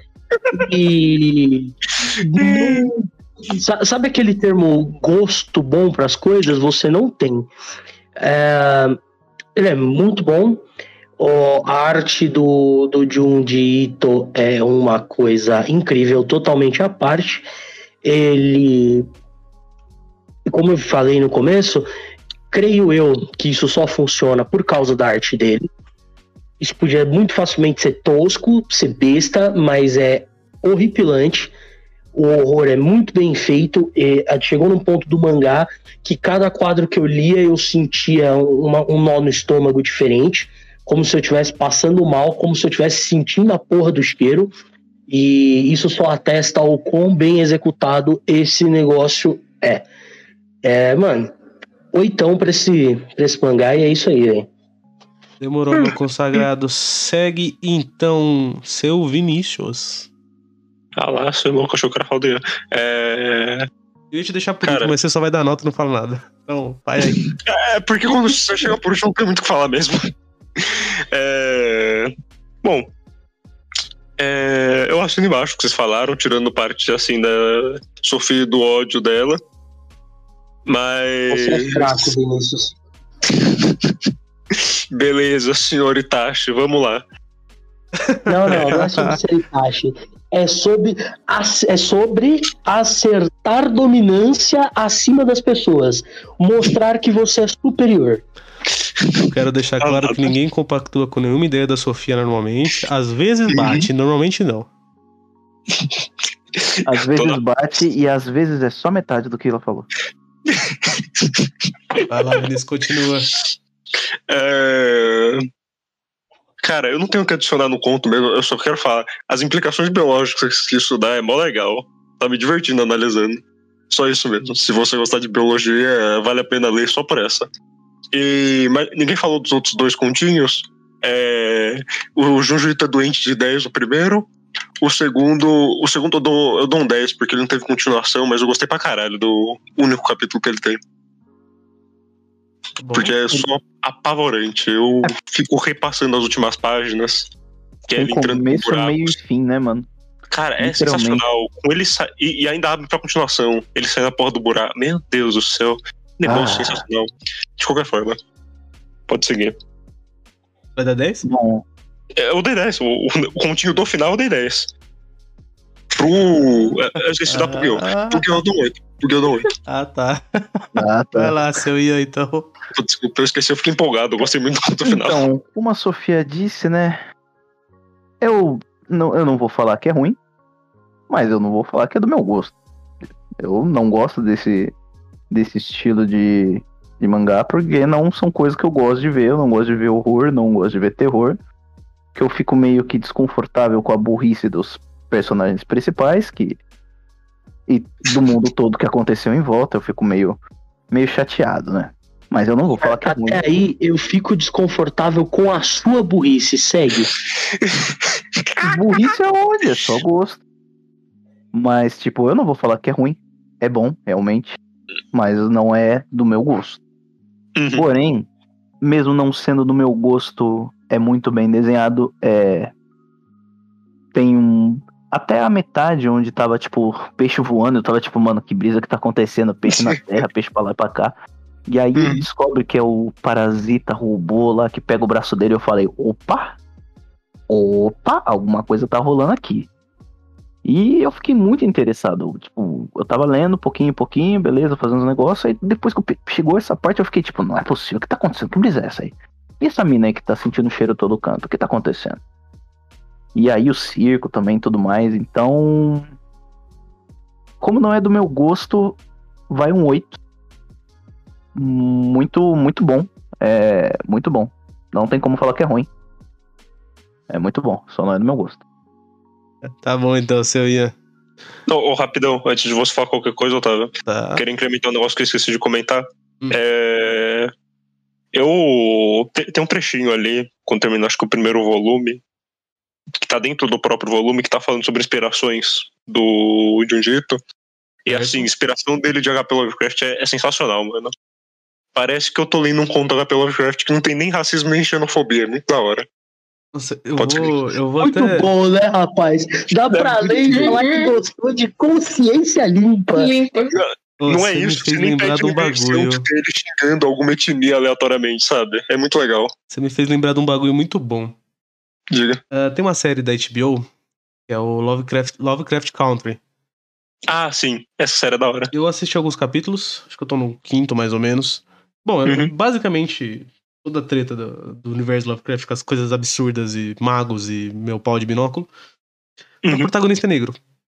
D: E... sabe aquele termo gosto bom para as coisas? Você não tem. Ele é muito bom. A arte do Junji Ito é uma coisa incrível, totalmente à parte. Ele, como eu falei no começo, creio eu que isso só funciona por causa da arte dele. Isso podia muito facilmente ser tosco, ser besta, mas é horripilante. O horror é muito bem feito. E chegou num ponto do mangá que cada quadro que eu lia eu sentia um nó no estômago diferente, como se eu estivesse passando mal, como se eu estivesse sentindo a porra do cheiro. E isso só atesta o quão bem executado esse negócio é. Mano, 8 pra esse mangá e é isso aí, velho.
C: Demorou, meu consagrado. Segue então, seu Vinícius.
B: Ah lá, seu louco, achou que era faldeiro.
C: Eu ia te deixar por último, mas você só vai dar nota e não fala nada. Então, vai aí.
B: Porque quando você chega por último, não tem muito o que falar mesmo. Bom, eu assino embaixo o que vocês falaram, tirando parte assim da Sofia e do ódio dela. Mas.
D: Você é fraco, Vinícius.
B: Beleza, senhor Itachi, vamos lá.
D: Não é sobre ser Itachi. É sobre acertar dominância acima das pessoas. Mostrar que você é superior.
C: Eu quero deixar claro que ninguém compactua com nenhuma ideia da Sofia normalmente. Às vezes bate, normalmente não.
F: Às vezes bate e às vezes é só metade do que ela falou.
C: Vai lá, Vinícius, continua.
B: Cara, eu não tenho o que adicionar no conto mesmo, eu só quero falar. As implicações biológicas que isso dá é mó legal. Tá me divertindo analisando. Só isso mesmo. Se você gostar de biologia, vale a pena ler só por essa. Mas ninguém falou dos outros 2 continhos. O Junji Ito é doente de 10, o primeiro. O segundo eu dou um 10, porque ele não teve continuação, mas eu gostei pra caralho do único capítulo que ele tem. Bom, porque é só apavorante. Eu fico repassando as últimas páginas. Que é ele entrando no buraco.
F: Meio e fim, né, mano?
B: Cara, é sensacional. Com ele e ainda abre pra continuação. Ele sai na porra do buraco. Meu Deus do céu. Negócio sensacional. De qualquer forma. Pode seguir.
C: Vai dar 10?
F: Bom.
B: Eu dei 10. O continho do final eu dei 10. Eu esqueci da Pugil. Pugil eu dou 8.
C: Tá. Vai lá, seu Ian, então.
B: Desculpa, eu esqueci, eu fiquei empolgado. Eu gostei muito do final.
F: Então, como a Sofia disse, né? Eu não vou falar que é ruim, mas eu não vou falar que é do meu gosto. Eu não gosto desse estilo de mangá, porque não são coisas que eu gosto de ver. Eu não gosto de ver horror, não gosto de ver terror. Que eu fico meio que desconfortável com a burrice dos personagens principais e do mundo todo que aconteceu em volta. Eu fico meio chateado, né? Mas eu não vou falar que é ruim.
D: Até aí eu fico desconfortável com a sua burrice. Segue.
F: Burrice é onde? É só gosto. Mas, tipo, eu não vou falar que é ruim. É bom, realmente. Mas não é do meu gosto. Porém, mesmo não sendo do meu gosto, é muito bem desenhado. Tem até a metade onde tava, tipo, peixe voando. Eu tava, tipo, mano, que brisa que tá acontecendo. Peixe na terra, peixe pra lá e pra cá. E aí ele descobre que é o parasita robô lá que pega o braço dele. Eu falei, opa, alguma coisa tá rolando aqui. E eu fiquei muito interessado. Tipo, eu tava lendo pouquinho em pouquinho, beleza, fazendo uns negócios. Aí depois que chegou essa parte eu fiquei tipo, não é possível, o que tá acontecendo? Que brisa é essa aí? E essa mina aí que tá sentindo o cheiro todo canto, o que tá acontecendo? E aí o circo também e tudo mais. Então, como não é do meu gosto, vai um 8. Muito, muito bom. Muito bom. Não tem como falar que é ruim. É muito bom, só não é do meu gosto.
C: Tá bom então, seu Ian.
B: Não, rapidão, antes de você falar qualquer coisa, Otávio.
C: Tá.
B: Quero incrementar um negócio que eu esqueci de comentar. Tem um trechinho ali, quando termina, acho que o primeiro volume, que tá dentro do próprio volume, que tá falando sobre inspirações do Junji Ito. E assim, a inspiração dele de HP Lovecraft é sensacional, mano. Parece que eu tô lendo um conto da HP Lovecraft que não tem nem racismo nem xenofobia, é muito da hora.
C: Nossa, eu vou
D: muito
C: até...
D: bom, né, rapaz? Dá pra ler e falar que gostou de consciência limpa.
B: Não é isso, você nem pede um bagulho ele xingando alguma etnia aleatoriamente, sabe? É muito legal.
C: Você me fez lembrar de um bagulho muito bom.
B: Diga.
C: Tem uma série da HBO, que é o Lovecraft Country.
B: Ah, sim. Essa série é da hora.
C: Eu assisti alguns capítulos, acho que eu tô no 5º mais ou menos. Bom, basicamente, toda a treta do universo Lovecraft, com as coisas absurdas e magos e meu pau de binóculo. O protagonista é negro.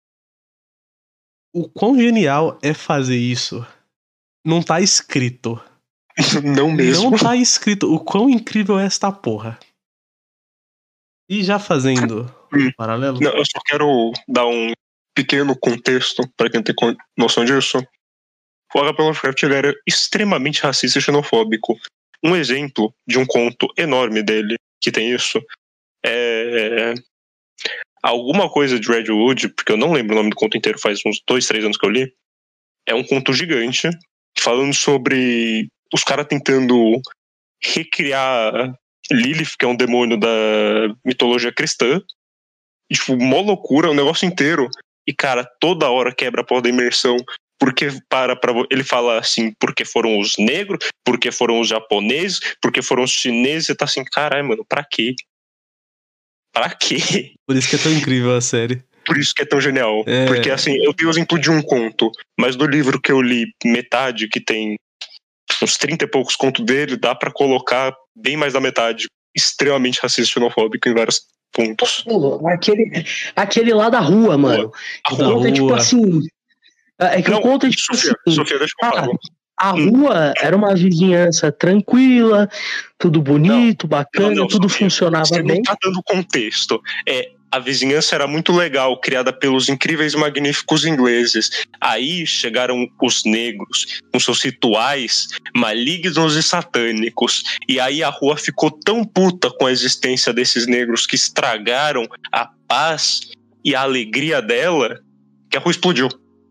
C: O quão genial é fazer isso não tá escrito.
B: Não mesmo.
C: Não tá escrito. O quão incrível é esta porra. E já fazendo um paralelo.
B: Não, eu só quero dar um pequeno contexto pra quem tem noção disso. O H.P. Lovecraft ele era extremamente racista e xenofóbico. Um exemplo de um conto enorme dele que tem isso é alguma coisa de Redwood, porque eu não lembro o nome do conto inteiro, faz uns 2-3 anos que eu li. É um conto gigante falando sobre os caras tentando recriar Lilith, que é um demônio da mitologia cristã. E, tipo, mó loucura, o negócio inteiro. E, cara, toda hora quebra a porra da imersão. Porque ele fala assim, porque foram os negros, porque foram os japoneses, porque foram os chineses. E tá assim, caralho, mano, pra quê? Pra quê?
C: Por isso que é tão incrível a série.
B: Por isso que é tão genial. Porque, assim, eu tenho o exemplo de um conto, mas do livro que eu li, metade, que tem uns 30 e poucos contos dele, dá pra colocar bem mais da metade, extremamente racista e xenofóbico em vários pontos.
D: Aquele lá da rua, mano.
B: A
D: rua. Conta, tipo assim... É que
B: não,
D: o conto é tipo
B: Sofia,
D: assim...
B: Sofia, deixa eu falar.
D: A rua era uma vizinhança tranquila, tudo bonito, bacana, tudo
B: Sofia,
D: funcionava
B: você
D: bem.
B: Não tá dando contexto. A vizinhança era muito legal, criada pelos incríveis e magníficos ingleses. Aí chegaram os negros, com seus rituais malignos e satânicos. E aí a rua ficou tão puta com a existência desses negros que estragaram a paz e a alegria dela, que a rua explodiu.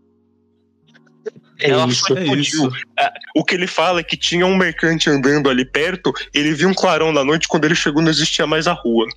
B: Ela só explodiu. O que ele fala é que tinha um mercante andando ali perto, ele viu um clarão na noite, quando ele chegou não existia mais a rua.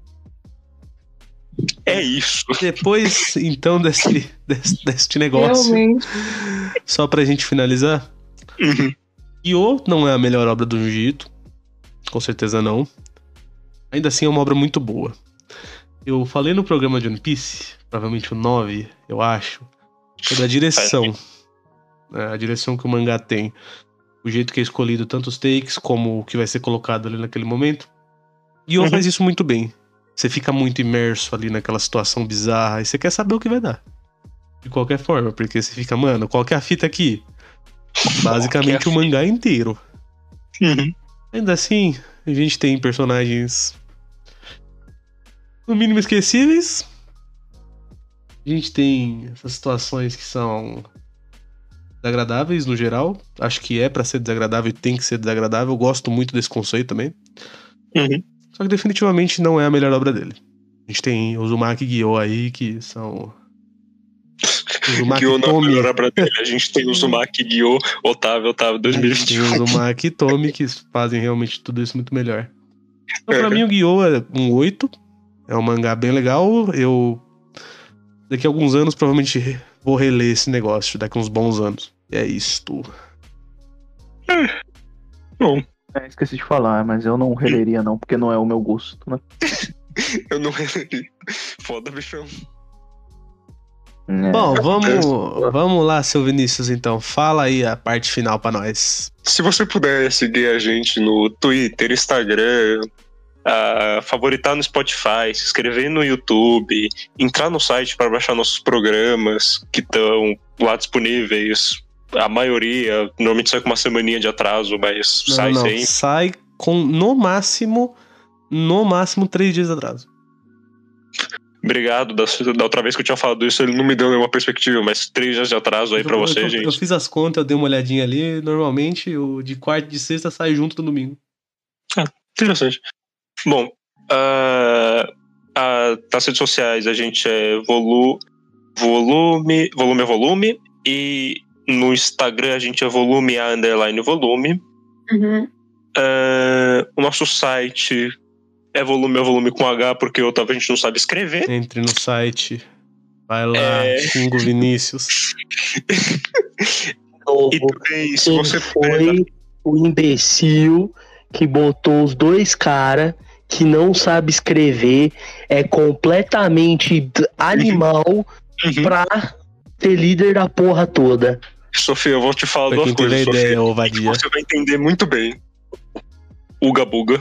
B: É isso.
C: Depois, então, deste negócio,
E: realmente,
C: só pra gente finalizar, Yu não é a melhor obra do Junji Ito, com certeza não. Ainda assim é uma obra muito boa. Eu falei no programa de One Piece, provavelmente o 9, eu acho, sobre a direção. A direção que o mangá tem, o jeito que é escolhido, tanto os takes como o que vai ser colocado ali naquele momento. E Yu faz isso muito bem. Você fica muito imerso ali naquela situação bizarra e você quer saber o que vai dar. De qualquer forma, porque você fica, mano, qual que é a fita aqui? Basicamente o mangá inteiro. Ainda assim, a gente tem personagens no mínimo esquecíveis. A gente tem essas situações que são desagradáveis no geral. Acho que é pra ser desagradável e tem que ser desagradável. Eu gosto muito desse conceito também. Só que definitivamente não é a melhor obra dele. A gente tem Uzumaki e Gyo aí, que são... Uzumaki
B: Gyo não é a
C: Tomi.
B: melhor obra dele. A gente tem Uzumaki, Gyo, Otávio 2021.
C: Tem Uzumaki e Tomi, que fazem realmente tudo isso muito melhor. Então, pra mim, o Gyo é um 8. É um mangá bem legal. Eu... Daqui a alguns anos, provavelmente vou reler esse negócio. Daqui a uns bons anos. É isto.
B: Bom.
F: Esqueci de falar, mas eu não releria não, porque não é o meu gosto, né?
B: Eu não releria. Foda, bichão.
C: Bom, vamos lá, seu Vinícius, então. Fala aí a parte final pra nós.
B: Se você puder seguir a gente no Twitter, Instagram, favoritar no Spotify, se inscrever no YouTube, entrar no site para baixar nossos programas que estão lá disponíveis. A maioria normalmente sai com uma semaninha de atraso, mas sai sempre.
C: Sai com no máximo 3 dias de atraso.
B: Obrigado, da outra vez que eu tinha falado isso, ele não me deu nenhuma perspectiva, mas 3 dias de atraso aí pra você, gente.
C: Eu fiz as contas, eu dei uma olhadinha ali. Normalmente o de quarta e de sexta sai junto do domingo.
B: Interessante. Bom, nas redes sociais a gente é volume e no Instagram a gente é volume_volume. O nosso site é volume com H, porque a gente não sabe escrever.
C: Entre no site, vai lá, xinga o Vinícius.
B: E também, se você
D: foi o imbecil que botou os dois caras que não sabe escrever, é completamente animal pra ser líder da porra toda.
B: Sofia, eu vou te falar duas coisas, Sofia, que você vai entender muito bem. Uga Buga.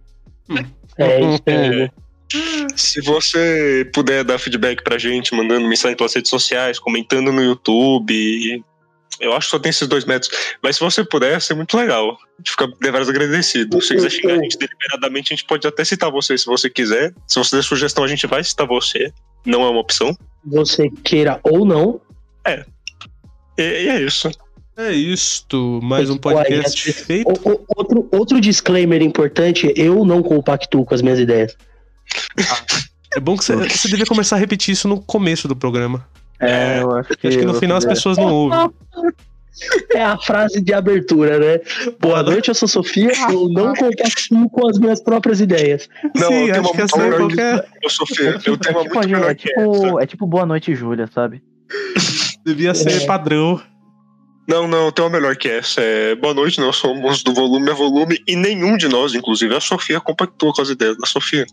B: Se você puder dar feedback pra gente, mandando mensagem pelas redes sociais, comentando no YouTube, eu acho que só tem esses 2 métodos. Mas se você puder, ser muito legal. A gente fica deveras agradecido. Se você quiser xingar a gente deliberadamente, a gente pode até citar você se você quiser. Se você der sugestão, a gente vai citar você. Não é uma opção.
D: Você queira ou não.
B: E é isso.
C: É isto, mais um podcast feito.
D: Outro disclaimer importante, eu não compactuo com as minhas ideias.
C: É bom que você devia começar a repetir isso no começo do programa.
F: Eu acho que
C: no final as pessoas não ouvem.
D: É a frase de abertura, né? Boa noite, eu sou Sofia, eu não compactuo com as minhas próprias ideias.
B: Não,
C: Sim,
B: eu tenho
C: acho que essa é qualquer...
B: Sofia, eu tenho uma muito melhor que essa.
F: É tipo Boa Noite, Júlia, sabe?
C: Devia ser padrão.
B: Não, eu tenho uma melhor que essa. Boa noite, nós somos do Volume a Volume e nenhum de nós, inclusive a Sofia, compactou com as ideias da Sofia.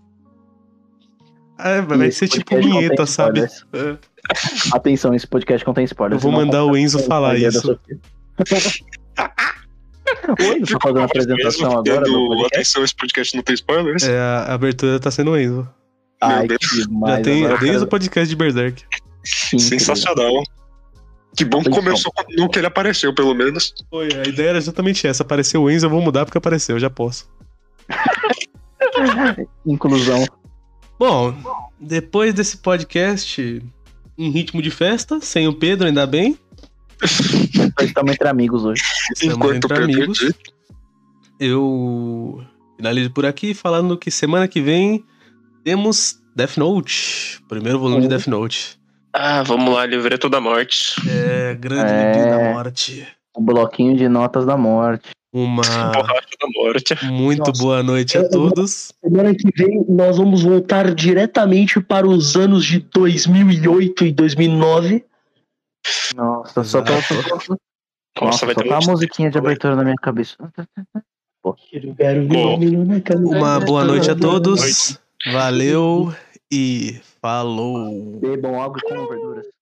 C: Vai ser tipo vinheta, sabe?
F: Atenção, esse podcast contém spoilers.
C: Eu vou mandar o Enzo falar isso.
F: O Enzo tá fazendo a apresentação agora do podcast?
B: Atenção, esse podcast não tem spoilers?
C: A abertura tá sendo o Enzo.
F: Ai, que
C: já tem desde o podcast de Berserk.
B: Sensacional. Que bom que começou no que ele apareceu, pelo menos.
C: Foi, a ideia era exatamente essa. Apareceu o Enzo, eu vou mudar porque apareceu, já posso.
F: Inclusão.
C: Bom, depois desse podcast em ritmo de festa, sem o Pedro, ainda bem.
F: Estamos entre amigos hoje.
B: Enquanto
C: entre amigos. Eu finalizo por aqui falando que semana que vem temos Death Note. Primeiro volume de Death Note.
B: Vamos lá, Livreto da Morte.
C: Grande Livreto da Morte.
F: O bloquinho de notas da morte.
C: Uma
B: borracha da morte.
C: Muito boa noite a todos.
D: Semana que vem nós vamos voltar diretamente para os anos de 2008 e 2009.
F: Nossa, só tá a musiquinha de abertura na minha cabeça.
C: Uma boa noite a todos. Valeu e falou.
F: Bebam água com verduras.